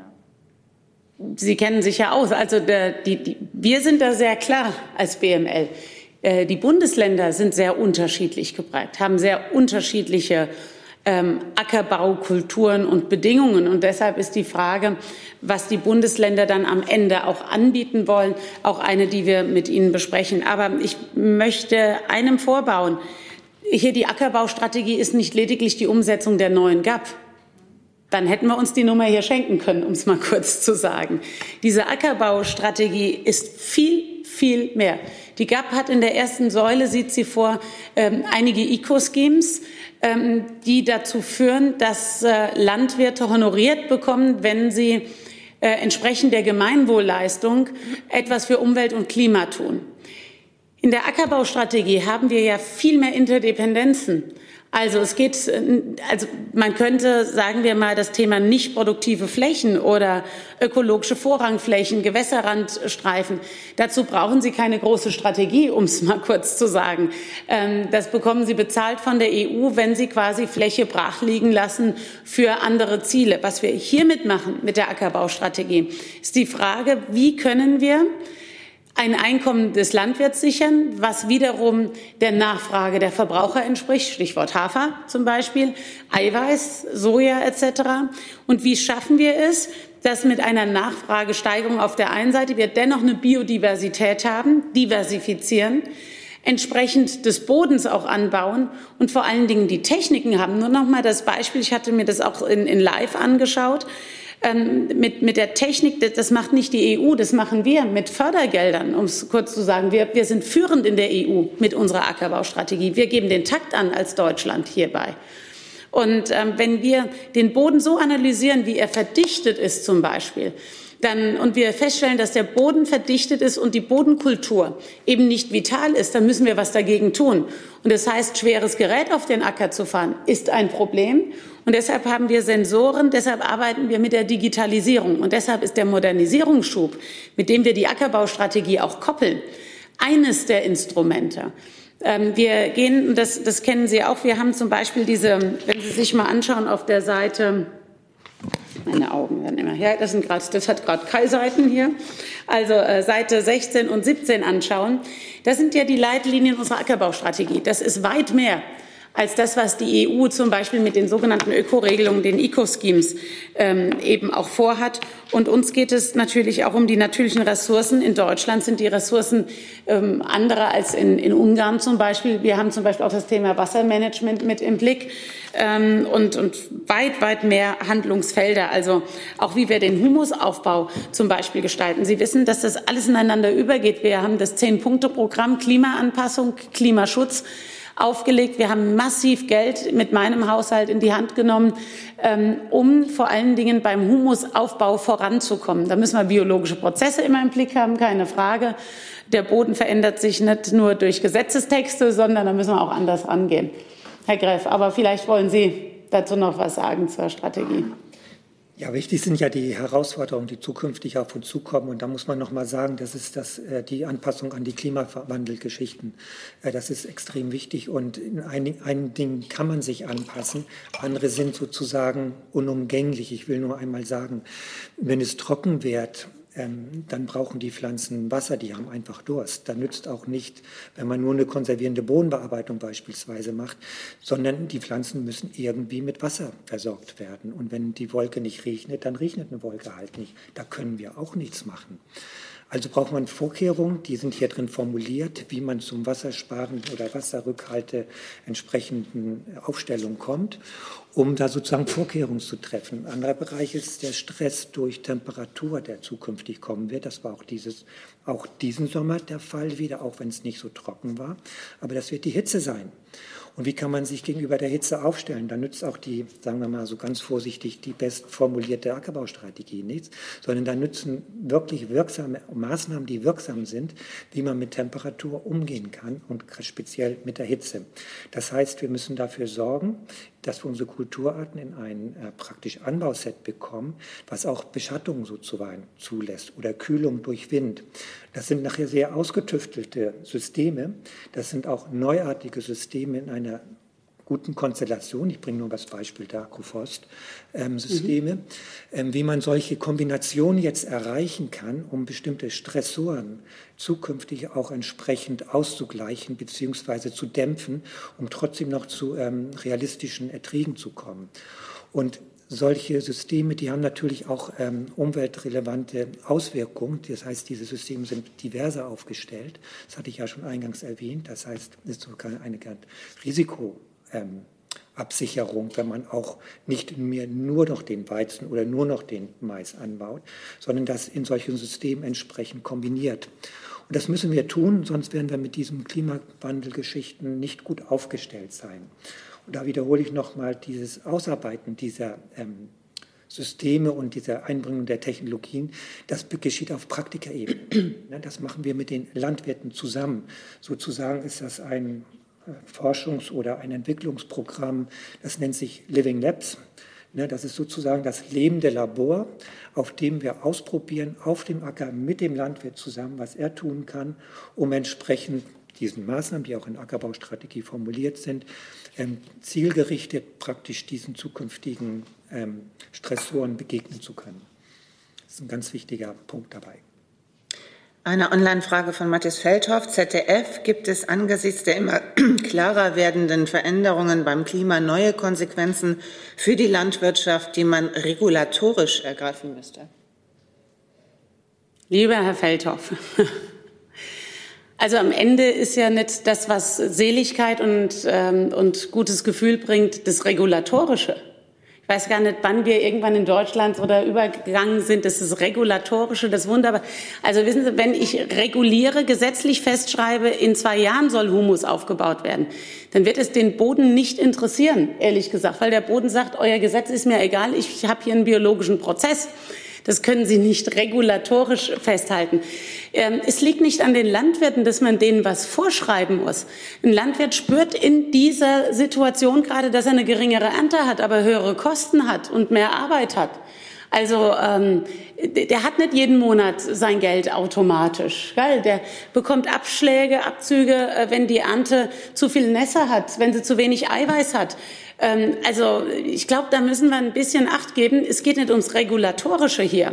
Ja. Sie kennen sich ja aus. Also der, die, die, wir sind da sehr klar als B M L. Äh, die Bundesländer sind sehr unterschiedlich geprägt, haben sehr unterschiedliche Ähm, Ackerbaukulturen und Bedingungen. Und deshalb ist die Frage, was die Bundesländer dann am Ende auch anbieten wollen, auch eine, die wir mit Ihnen besprechen. Aber ich möchte einem vorbauen. Hier die Ackerbaustrategie ist nicht lediglich die Umsetzung der neuen G A P. Dann hätten wir uns die Nummer hier schenken können, um es mal kurz zu sagen. Diese Ackerbaustrategie ist viel, viel mehr. Die G A P hat in der ersten Säule, sieht sie vor, ähm, einige Eco-Schemes, ähm, die dazu führen, dass äh, Landwirte honoriert bekommen, wenn sie äh, entsprechend der Gemeinwohlleistung etwas für Umwelt und Klima tun. In der Ackerbaustrategie haben wir ja viel mehr Interdependenzen. Also es geht, also man könnte, sagen wir mal, das Thema nicht produktive Flächen oder ökologische Vorrangflächen, Gewässerrandstreifen. Dazu brauchen Sie keine große Strategie, um es mal kurz zu sagen. Das bekommen Sie bezahlt von der E U, wenn Sie quasi Fläche brach liegen lassen für andere Ziele. Was wir hiermit machen mit der Ackerbaustrategie, ist die Frage, wie können wir ein Einkommen des Landwirts sichern, was wiederum der Nachfrage der Verbraucher entspricht, Stichwort Hafer zum Beispiel, Eiweiß, Soja et cetera. Und wie schaffen wir es, dass mit einer Nachfragesteigerung auf der einen Seite wir dennoch eine Biodiversität haben, diversifizieren, entsprechend des Bodens auch anbauen und vor allen Dingen die Techniken haben. Nur noch mal das Beispiel, ich hatte mir das auch in, in Live angeschaut. Ähm, mit, mit der Technik, das, das macht nicht die E U, das machen wir mit Fördergeldern, um es kurz zu sagen. Wir, wir sind führend in der E U mit unserer Ackerbaustrategie. Wir geben den Takt an als Deutschland hierbei. Und ähm, wenn wir den Boden so analysieren, wie er verdichtet ist zum Beispiel, dann, und wir feststellen, dass der Boden verdichtet ist und die Bodenkultur eben nicht vital ist, dann müssen wir was dagegen tun. Und das heißt, schweres Gerät auf den Acker zu fahren, ist ein Problem. Und deshalb haben wir Sensoren, deshalb arbeiten wir mit der Digitalisierung. Und deshalb ist der Modernisierungsschub, mit dem wir die Ackerbaustrategie auch koppeln, eines der Instrumente. Ähm, wir gehen, das, das kennen Sie auch, wir haben zum Beispiel diese, wenn Sie sich mal anschauen auf der Seite, meine Augen werden immer, ja, das sind gerade, das hat gerade keine Seiten hier. Also äh, Seite sechzehn und siebzehn anschauen. Das sind ja die Leitlinien unserer Ackerbaustrategie. Das ist weit mehr als das, was die E U zum Beispiel mit den sogenannten Ökoregelungen, den Eco-Schemes, ähm, eben auch vorhat. Und uns geht es natürlich auch um die natürlichen Ressourcen. In Deutschland sind die Ressourcen ähm, andere als in, in Ungarn zum Beispiel. Wir haben zum Beispiel auch das Thema Wassermanagement mit im Blick ähm, und, und weit, weit mehr Handlungsfelder. Also auch wie wir den Humusaufbau zum Beispiel gestalten. Sie wissen, dass das alles ineinander übergeht. Wir haben das Zehn-Punkte-Programm Klimaanpassung, Klimaschutz aufgelegt. Wir haben massiv Geld mit meinem Haushalt in die Hand genommen, ähm, um vor allen Dingen beim Humusaufbau voranzukommen. Da müssen wir biologische Prozesse immer im Blick haben, keine Frage. Der Boden verändert sich nicht nur durch Gesetzestexte, sondern da müssen wir auch anders rangehen. Herr Greff, aber vielleicht wollen Sie dazu noch was sagen zur Strategie. Ja, wichtig sind ja die Herausforderungen, die zukünftig auf uns zukommen. Und da muss man noch mal sagen, das ist das, die Anpassung an die Klimawandelgeschichten. Das ist extrem wichtig. Und in einigen, einigen Dingen kann man sich anpassen. Andere sind sozusagen unumgänglich. Ich will nur einmal sagen, wenn es trocken wird, Ähm, dann brauchen die Pflanzen Wasser, die haben einfach Durst. Da nützt auch nicht, wenn man nur eine konservierende Bodenbearbeitung beispielsweise macht, sondern die Pflanzen müssen irgendwie mit Wasser versorgt werden. Und wenn die Wolke nicht regnet, dann regnet eine Wolke halt nicht. Da können wir auch nichts machen. Also braucht man Vorkehrungen, die sind hier drin formuliert, wie man zum Wassersparen oder Wasserrückhalte entsprechenden Aufstellungen kommt, um da sozusagen Vorkehrungen zu treffen. Ein anderer Bereich ist der Stress durch Temperatur, der zukünftig kommen wird. Das war auch, dieses, auch diesen Sommer der Fall wieder, auch wenn es nicht so trocken war. Aber das wird die Hitze sein. Und wie kann man sich gegenüber der Hitze aufstellen? Da nützt auch die, sagen wir mal so ganz vorsichtig, die best formulierte Ackerbaustrategie nichts, sondern da nützen wirklich wirksame Maßnahmen, die wirksam sind, wie man mit Temperatur umgehen kann und speziell mit der Hitze. Das heißt, wir müssen dafür sorgen, dass wir unsere Kulturarten in ein äh, praktisch Anbauset bekommen, was auch Beschattung sozusagen zulässt oder Kühlung durch Wind. Das sind nachher sehr ausgetüftelte Systeme. Das sind auch neuartige Systeme in einer guten Konstellation. Ich bringe nur das Beispiel der Agroforst-Systeme, ähm, mhm. ähm, wie man solche Kombinationen jetzt erreichen kann, um bestimmte Stressoren zukünftig auch entsprechend auszugleichen bzw. zu dämpfen, um trotzdem noch zu ähm, realistischen Erträgen zu kommen. Und solche Systeme, die haben natürlich auch ähm, umweltrelevante Auswirkungen. Das heißt, diese Systeme sind diverser aufgestellt. Das hatte ich ja schon eingangs erwähnt. Das heißt, es ist sogar eine Risiko. Ähm, Absicherung, wenn man auch nicht mehr nur noch den Weizen oder nur noch den Mais anbaut, sondern das in solchen Systemen entsprechend kombiniert. Und das müssen wir tun, sonst werden wir mit diesen Klimawandelgeschichten nicht gut aufgestellt sein. Und da wiederhole ich nochmal dieses Ausarbeiten dieser ähm, Systeme und dieser Einbringung der Technologien, das geschieht auf Praktikerebene. Das machen wir mit den Landwirten zusammen. Sozusagen ist das ein Forschungs- oder ein Entwicklungsprogramm, das nennt sich Living Labs. Das ist sozusagen das lebende Labor, auf dem wir ausprobieren, auf dem Acker mit dem Landwirt zusammen, was er tun kann, um entsprechend diesen Maßnahmen, die auch in der Ackerbaustrategie formuliert sind, zielgerichtet praktisch diesen zukünftigen Stressoren begegnen zu können. Das ist ein ganz wichtiger Punkt dabei. Eine Online-Frage von Mathis Feldhoff, Z D F. Gibt es angesichts der immer klarer werdenden Veränderungen beim Klima neue Konsequenzen für die Landwirtschaft, die man regulatorisch ergreifen müsste? Lieber Herr Feldhoff, also am Ende ist ja nicht das, was Seligkeit und, ähm, und gutes Gefühl bringt, das Regulatorische. Ich weiß gar nicht, wann wir irgendwann in Deutschland oder übergegangen sind. Das ist Regulatorische, das Wunderbar. Also wissen Sie, wenn ich reguliere, gesetzlich festschreibe, in zwei Jahren soll Humus aufgebaut werden, dann wird es den Boden nicht interessieren, ehrlich gesagt, weil der Boden sagt, euer Gesetz ist mir egal, ich habe hier einen biologischen Prozess. Das können Sie nicht regulatorisch festhalten. Ähm, es liegt nicht an den Landwirten, dass man denen was vorschreiben muss. Ein Landwirt spürt in dieser Situation gerade, dass er eine geringere Ernte hat, aber höhere Kosten hat und mehr Arbeit hat. Also ähm, der hat nicht jeden Monat sein Geld automatisch. Gell? Der bekommt Abschläge, Abzüge, äh, wenn die Ernte zu viel Nässe hat, wenn sie zu wenig Eiweiß hat. Ähm, also ich glaube, da müssen wir ein bisschen Acht geben. Es geht nicht ums Regulatorische hier.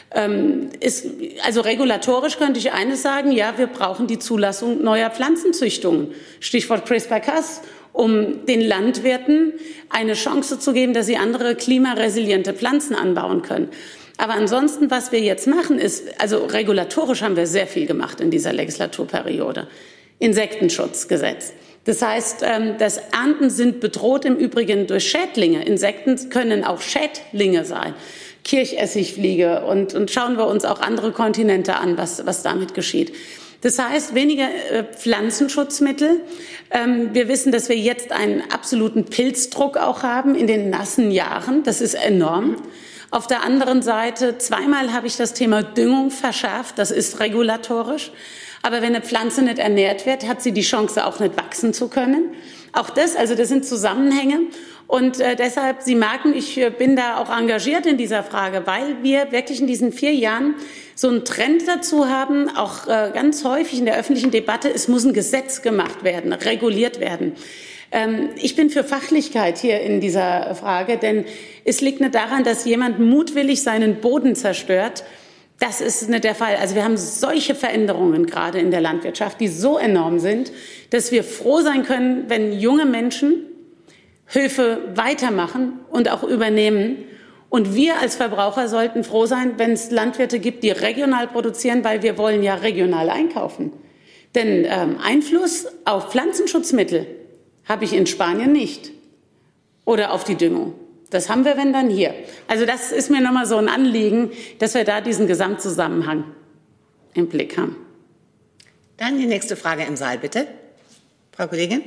Ähm, ist, also regulatorisch könnte ich eines sagen, ja, wir brauchen die Zulassung neuer Pflanzenzüchtungen. Stichwort CRISPR-Cas, um den Landwirten eine Chance zu geben, dass sie andere klimaresiliente Pflanzen anbauen können. Aber ansonsten, was wir jetzt machen, ist, also regulatorisch haben wir sehr viel gemacht in dieser Legislaturperiode. Insektenschutzgesetz. Das heißt, das Ernten sind bedroht im Übrigen durch Schädlinge. Insekten können auch Schädlinge sein. Kirchessigfliege und, und schauen wir uns auch andere Kontinente an, was, was damit geschieht. Das heißt, weniger äh, Pflanzenschutzmittel. Ähm, wir wissen, dass wir jetzt einen absoluten Pilzdruck auch haben in den nassen Jahren. Das ist enorm. Auf der anderen Seite, zweimal habe ich das Thema Düngung verschärft. Das ist regulatorisch. Aber wenn eine Pflanze nicht ernährt wird, hat sie die Chance, auch nicht wachsen zu können. Auch das, also das sind Zusammenhänge. Und äh, deshalb, Sie merken, ich äh, bin da auch engagiert in dieser Frage, weil wir wirklich in diesen vier Jahren so einen Trend dazu haben, auch äh, ganz häufig in der öffentlichen Debatte, es muss ein Gesetz gemacht werden, reguliert werden. Ähm, ich bin für Fachlichkeit hier in dieser Frage, denn es liegt nicht daran, dass jemand mutwillig seinen Boden zerstört. Das ist nicht der Fall. Also wir haben solche Veränderungen gerade in der Landwirtschaft, die so enorm sind, dass wir froh sein können, wenn junge Menschen Höfe weitermachen und auch übernehmen Und wir als Verbraucher sollten froh sein, wenn es Landwirte gibt, die regional produzieren, weil wir wollen ja regional einkaufen. Denn ähm, Einfluss auf Pflanzenschutzmittel habe ich in Spanien nicht. Oder auf die Düngung. Das haben wir, wenn dann hier. Also das ist mir nochmal so ein Anliegen, dass wir da diesen Gesamtzusammenhang im Blick haben. Dann die nächste Frage im Saal, bitte. Frau Kollegin.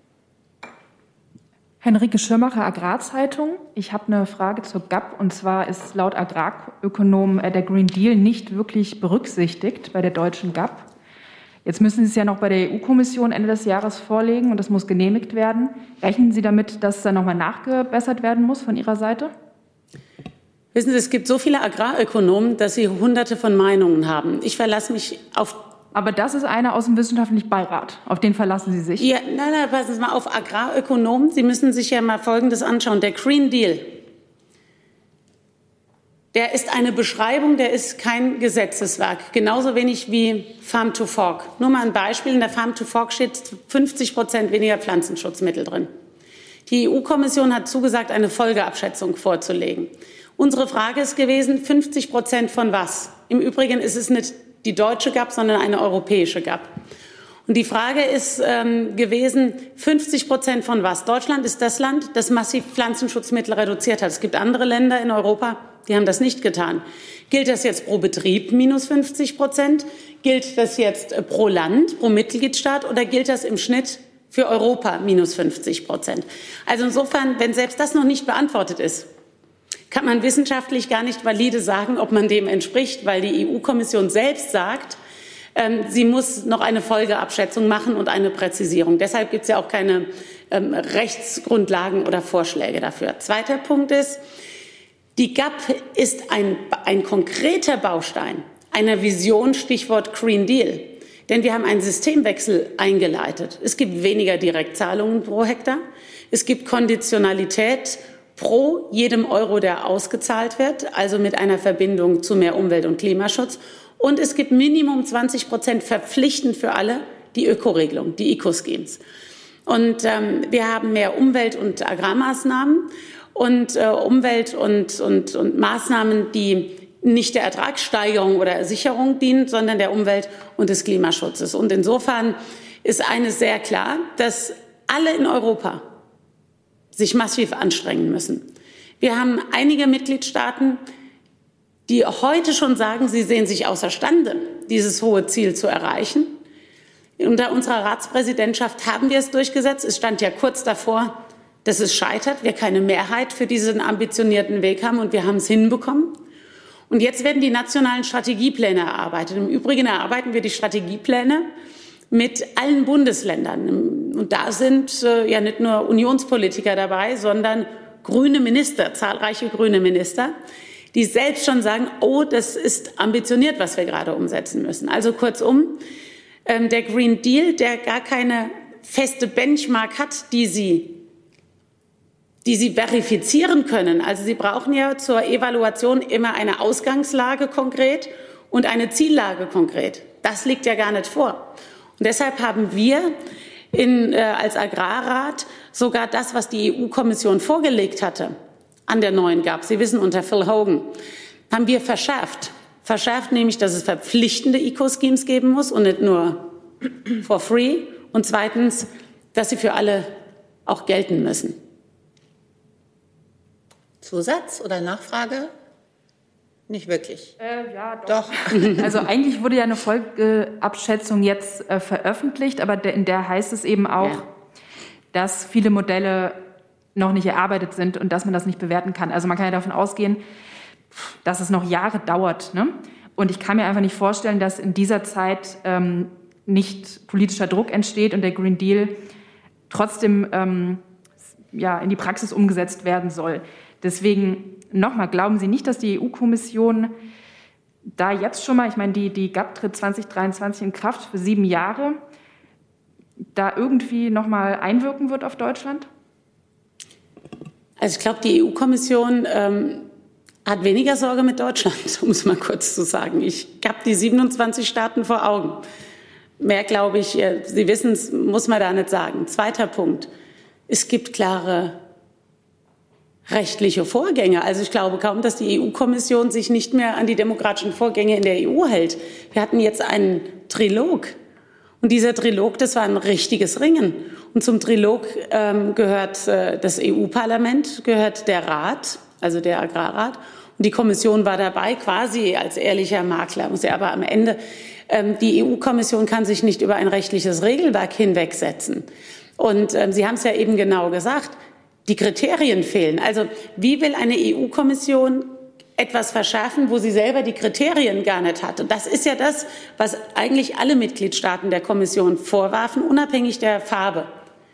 Henrike Schirmacher, Agrarzeitung. Ich habe eine Frage zur G A P. Und zwar ist laut Agrarökonomen der Green Deal nicht wirklich berücksichtigt bei der deutschen G A P. Jetzt müssen Sie es ja noch bei der E U-Kommission Ende des Jahres vorlegen und das muss genehmigt werden. Rechnen Sie damit, dass da nochmal nachgebessert werden muss von Ihrer Seite? Wissen Sie, es gibt so viele Agrarökonomen, dass sie hunderte von Meinungen haben. Ich verlasse mich auf... Aber das ist einer aus dem wissenschaftlichen Beirat. Auf den verlassen Sie sich? Ja, nein, nein, passen Sie mal auf, Agrarökonomen. Sie müssen sich ja mal Folgendes anschauen. Der Green Deal, der ist eine Beschreibung, der ist kein Gesetzeswerk. Genauso wenig wie Farm to Fork. Nur mal ein Beispiel. In der Farm to Fork steht fünfzig Prozent weniger Pflanzenschutzmittel drin. Die E U-Kommission hat zugesagt, eine Folgeabschätzung vorzulegen. Unsere Frage ist gewesen, fünfzig Prozent von was? Im Übrigen ist es nicht die deutsche G A P, sondern eine europäische G A P. Und die Frage ist ähm, gewesen, fünfzig Prozent von was? Deutschland ist das Land, das massiv Pflanzenschutzmittel reduziert hat. Es gibt andere Länder in Europa, die haben das nicht getan. Gilt das jetzt pro Betrieb minus fünfzig Prozent? Gilt das jetzt äh, pro Land, pro Mitgliedstaat oder gilt das im Schnitt für Europa minus fünfzig Prozent? Also insofern, wenn selbst das noch nicht beantwortet ist, kann man wissenschaftlich gar nicht valide sagen, ob man dem entspricht, weil die E U-Kommission selbst sagt, ähm, sie muss noch eine Folgeabschätzung machen und eine Präzisierung. Deshalb gibt es ja auch keine ähm, Rechtsgrundlagen oder Vorschläge dafür. Zweiter Punkt ist, die G A P ist ein, ein konkreter Baustein einer Vision, Stichwort Green Deal. Denn wir haben einen Systemwechsel eingeleitet. Es gibt weniger Direktzahlungen pro Hektar. Es gibt Konditionalität pro jedem Euro, der ausgezahlt wird, also mit einer Verbindung zu mehr Umwelt- und Klimaschutz. Und es gibt Minimum zwanzig Prozent verpflichtend für alle die Ökoregelung, die Eco-Schemes. Und ähm, wir haben mehr Umwelt- und Agrarmaßnahmen und äh, Umwelt- und, und, und Maßnahmen, die nicht der Ertragssteigerung oder Sicherung dienen, sondern der Umwelt- und des Klimaschutzes. Und insofern ist eines sehr klar, dass alle in Europa sich massiv anstrengen müssen. Wir haben einige Mitgliedstaaten, die heute schon sagen, sie sehen sich außerstande, dieses hohe Ziel zu erreichen. Unter unserer Ratspräsidentschaft haben wir es durchgesetzt. Es stand ja kurz davor, dass es scheitert, wir keine Mehrheit für diesen ambitionierten Weg haben, und wir haben es hinbekommen. Und jetzt werden die nationalen Strategiepläne erarbeitet. Im Übrigen erarbeiten wir die Strategiepläne mit allen Bundesländern. Und da sind äh, ja nicht nur Unionspolitiker dabei, sondern grüne Minister, zahlreiche grüne Minister, die selbst schon sagen, oh, das ist ambitioniert, was wir gerade umsetzen müssen. Also kurzum, ähm, der Green Deal, der gar keine feste Benchmark hat, die sie, die sie verifizieren können. Also Sie brauchen ja zur Evaluation immer eine Ausgangslage konkret und eine Ziellage konkret. Das liegt ja gar nicht vor. Und deshalb haben wir in, äh, als Agrarrat sogar das, was die E U-Kommission vorgelegt hatte, an der neuen G A P, Sie wissen, unter Phil Hogan, haben wir verschärft. Verschärft nämlich, dass es verpflichtende Eco-Schemes geben muss und nicht nur for free. Und zweitens, dass sie für alle auch gelten müssen. Zusatz oder Nachfrage? Nicht wirklich. Äh, ja, doch. Doch. Also eigentlich wurde ja eine Folgeabschätzung jetzt äh, veröffentlicht, aber de, in der heißt es eben auch, ja, dass viele Modelle noch nicht erarbeitet sind und dass man das nicht bewerten kann. Also man kann ja davon ausgehen, dass es noch Jahre dauert. Ne? Und ich kann mir einfach nicht vorstellen, dass in dieser Zeit ähm, nicht politischer Druck entsteht und der Green Deal trotzdem ähm, ja, in die Praxis umgesetzt werden soll. Deswegen nochmal, glauben Sie nicht, dass die E U-Kommission da jetzt schon mal, ich meine, die, die G A P tritt zwanzig dreiundzwanzig in Kraft für sieben Jahre, da irgendwie nochmal einwirken wird auf Deutschland? Also ich glaube, die E U-Kommission ähm, hat weniger Sorge mit Deutschland, um es mal kurz zu sagen. Ich habe die siebenundzwanzig Staaten vor Augen. Mehr, glaube ich, Sie wissen es, muss man da nicht sagen. Zweiter Punkt. Es gibt klare rechtliche Vorgänge. Also ich glaube kaum, dass die E U-Kommission sich nicht mehr an die demokratischen Vorgänge in der E U hält. Wir hatten jetzt einen Trilog. Und dieser Trilog, das war ein richtiges Ringen. Und zum Trilog ähm, gehört äh, das E U-Parlament, gehört der Rat, also der Agrarrat. Und die Kommission war dabei, quasi als ehrlicher Makler. Muss ja aber am Ende, ähm, die E U-Kommission kann sich nicht über ein rechtliches Regelwerk hinwegsetzen. Und ähm, Sie haben es ja eben genau gesagt, die Kriterien fehlen. Also wie will eine E U-Kommission etwas verschärfen, wo sie selber die Kriterien gar nicht hat? Und das ist ja das, was eigentlich alle Mitgliedstaaten der Kommission vorwarfen, unabhängig der Farbe.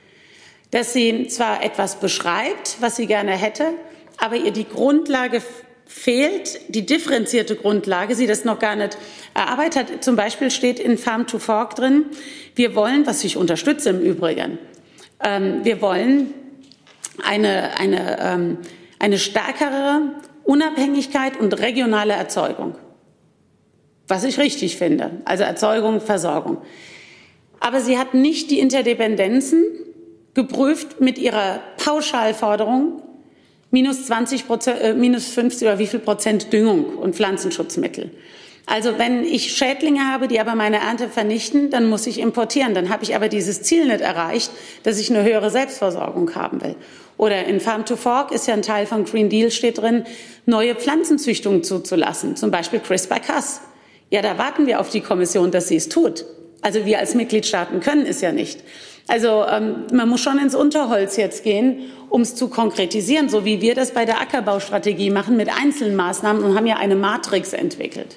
Dass sie zwar etwas beschreibt, was sie gerne hätte, aber ihr die Grundlage fehlt, die differenzierte Grundlage, sie das noch gar nicht erarbeitet hat. Zum Beispiel steht in Farm to Fork drin, wir wollen, was ich unterstütze im Übrigen, ähm, wir wollen eine, eine, ähm, eine stärkere Unabhängigkeit und regionale Erzeugung, was ich richtig finde, also Erzeugung, Versorgung. Aber sie hat nicht die Interdependenzen geprüft mit ihrer Pauschalforderung, minus zwanzig Prozent, äh, minus fünfzig oder wie viel Prozent Düngung und Pflanzenschutzmittel. Also wenn ich Schädlinge habe, die aber meine Ernte vernichten, dann muss ich importieren. Dann habe ich aber dieses Ziel nicht erreicht, dass ich eine höhere Selbstversorgung haben will. Oder in Farm to Fork ist ja ein Teil von Green Deal, steht drin, neue Pflanzenzüchtungen zuzulassen, zum Beispiel CRISPR-Cas. Ja, da warten wir auf die Kommission, dass sie es tut. Also wir als Mitgliedstaaten können es ja nicht. Also ähm, man muss schon ins Unterholz jetzt gehen, um es zu konkretisieren, so wie wir das bei der Ackerbaustrategie machen mit einzelnen Maßnahmen und haben ja eine Matrix entwickelt.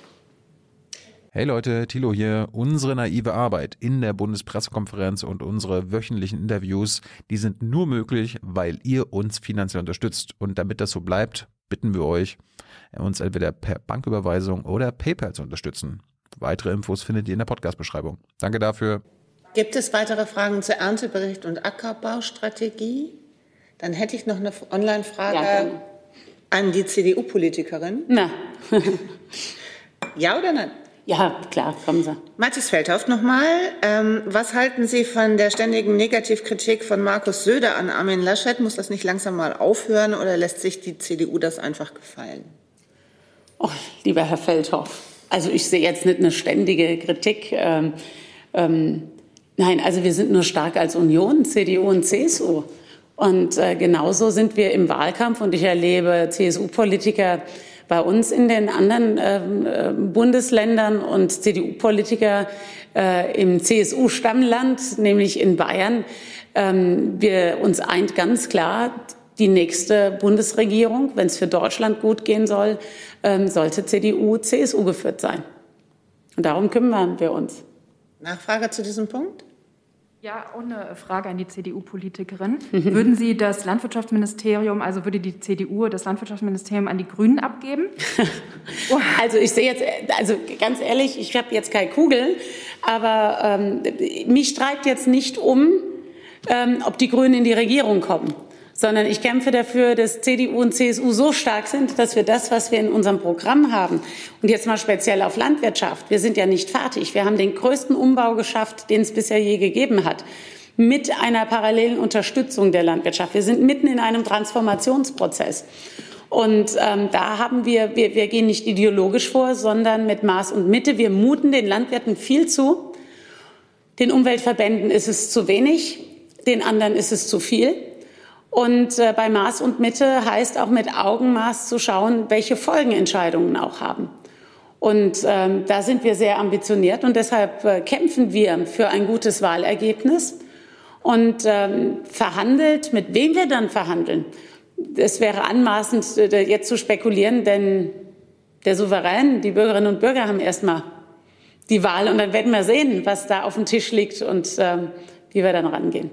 Hey Leute, Thilo hier. Unsere naive Arbeit in der Bundespressekonferenz und unsere wöchentlichen Interviews, die sind nur möglich, weil ihr uns finanziell unterstützt. Und damit das so bleibt, bitten wir euch, uns entweder per Banküberweisung oder PayPal zu unterstützen. Weitere Infos findet ihr in der Podcast-Beschreibung. Danke dafür. Gibt es weitere Fragen zu Erntebericht und Ackerbaustrategie? Dann hätte ich noch eine Online-Frage Ja, an die C D U-Politikerin. Na. Ja oder nein? Ja, klar, kommen Sie. Mathis Feldhoff nochmal. Ähm, was halten Sie von der ständigen Negativkritik von Markus Söder an Armin Laschet? Muss das nicht langsam mal aufhören oder lässt sich die C D U das einfach gefallen? Oh, lieber Herr Feldhoff, also ich sehe jetzt nicht eine ständige Kritik. Ähm, ähm, nein, also wir sind nur stark als Union, C D U und C S U. Und äh, genauso sind wir im Wahlkampf und ich erlebe C S U-Politiker bei uns in den anderen äh, Bundesländern und C D U-Politiker äh, im C S U-Stammland, nämlich in Bayern. Ähm, wir uns eint ganz klar, die nächste Bundesregierung, wenn es für Deutschland gut gehen soll, ähm, sollte C D U, C S U geführt sein. Und darum kümmern wir uns. Nachfrage zu diesem Punkt? Ja, auch eine Frage an die C D U-Politikerin. Mhm. Würden Sie das Landwirtschaftsministerium, also würde die C D U das Landwirtschaftsministerium an die Grünen abgeben? Also ich sehe jetzt, also ganz ehrlich, ich habe jetzt keine Kugel, aber ähm, mich treibt jetzt nicht um, ähm, ob die Grünen in die Regierung kommen, sondern ich kämpfe dafür, dass C D U und C S U so stark sind, dass wir das, was wir in unserem Programm haben, und jetzt mal speziell auf Landwirtschaft, wir sind ja nicht fertig. Wir haben den größten Umbau geschafft, den es bisher je gegeben hat, mit einer parallelen Unterstützung der Landwirtschaft. Wir sind mitten in einem Transformationsprozess. Und ähm, da haben wir, wir, wir gehen nicht ideologisch vor, sondern mit Maß und Mitte. Wir muten den Landwirten viel zu. Den Umweltverbänden ist es zu wenig, den anderen ist es zu viel. Und äh, bei Maß und Mitte heißt auch mit Augenmaß zu schauen, welche Folgenentscheidungen auch haben. Und ähm, da sind wir sehr ambitioniert und deshalb äh, kämpfen wir für ein gutes Wahlergebnis und ähm, verhandelt, mit wem wir dann verhandeln. Es wäre anmaßend, äh, jetzt zu spekulieren, denn der Souverän, die Bürgerinnen und Bürger haben erstmal die Wahl und dann werden wir sehen, was da auf dem Tisch liegt und äh, wie wir dann rangehen.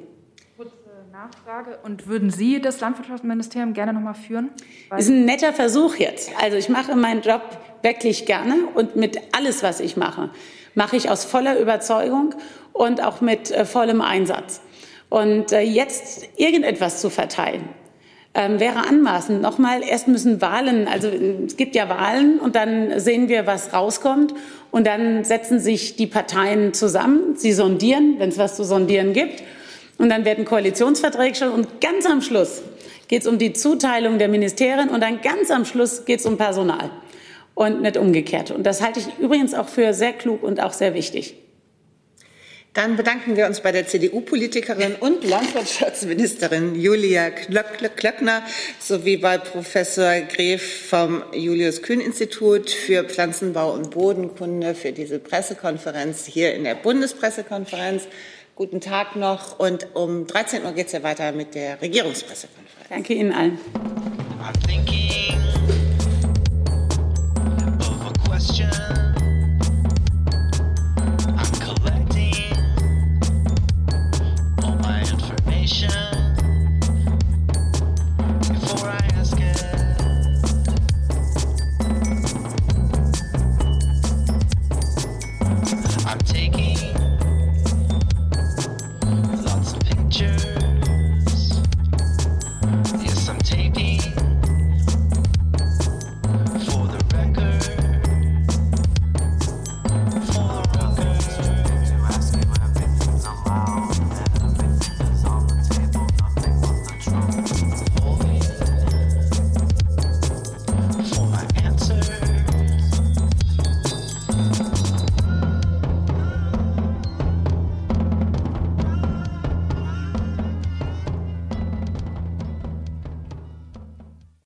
Nachfrage. Und würden Sie das Landwirtschaftsministerium gerne noch mal führen? Das ist ein netter Versuch jetzt. Also ich mache meinen Job wirklich gerne und mit alles, was ich mache, mache ich aus voller Überzeugung und auch mit äh, vollem Einsatz. Und äh, jetzt irgendetwas zu verteilen, ähm, wäre anmaßend. Nochmal, erst müssen Wahlen, also es gibt ja Wahlen und dann sehen wir, was rauskommt. Und dann setzen sich die Parteien zusammen, sie sondieren, wenn es was zu sondieren gibt. Und dann werden Koalitionsverträge schon und ganz am Schluss geht es um die Zuteilung der Ministerien und dann ganz am Schluss geht es um Personal und nicht umgekehrt. Und das halte ich übrigens auch für sehr klug und auch sehr wichtig. Dann bedanken wir uns bei der C D U-Politikerin und Landwirtschaftsministerin Julia Klöckner sowie bei Professor Gref vom Julius-Kühn-Institut für Pflanzenbau und Bodenkunde für diese Pressekonferenz hier in der Bundespressekonferenz. Guten Tag noch und um dreizehn Uhr geht es ja weiter mit der Regierungspressekonferenz. Danke Ihnen allen.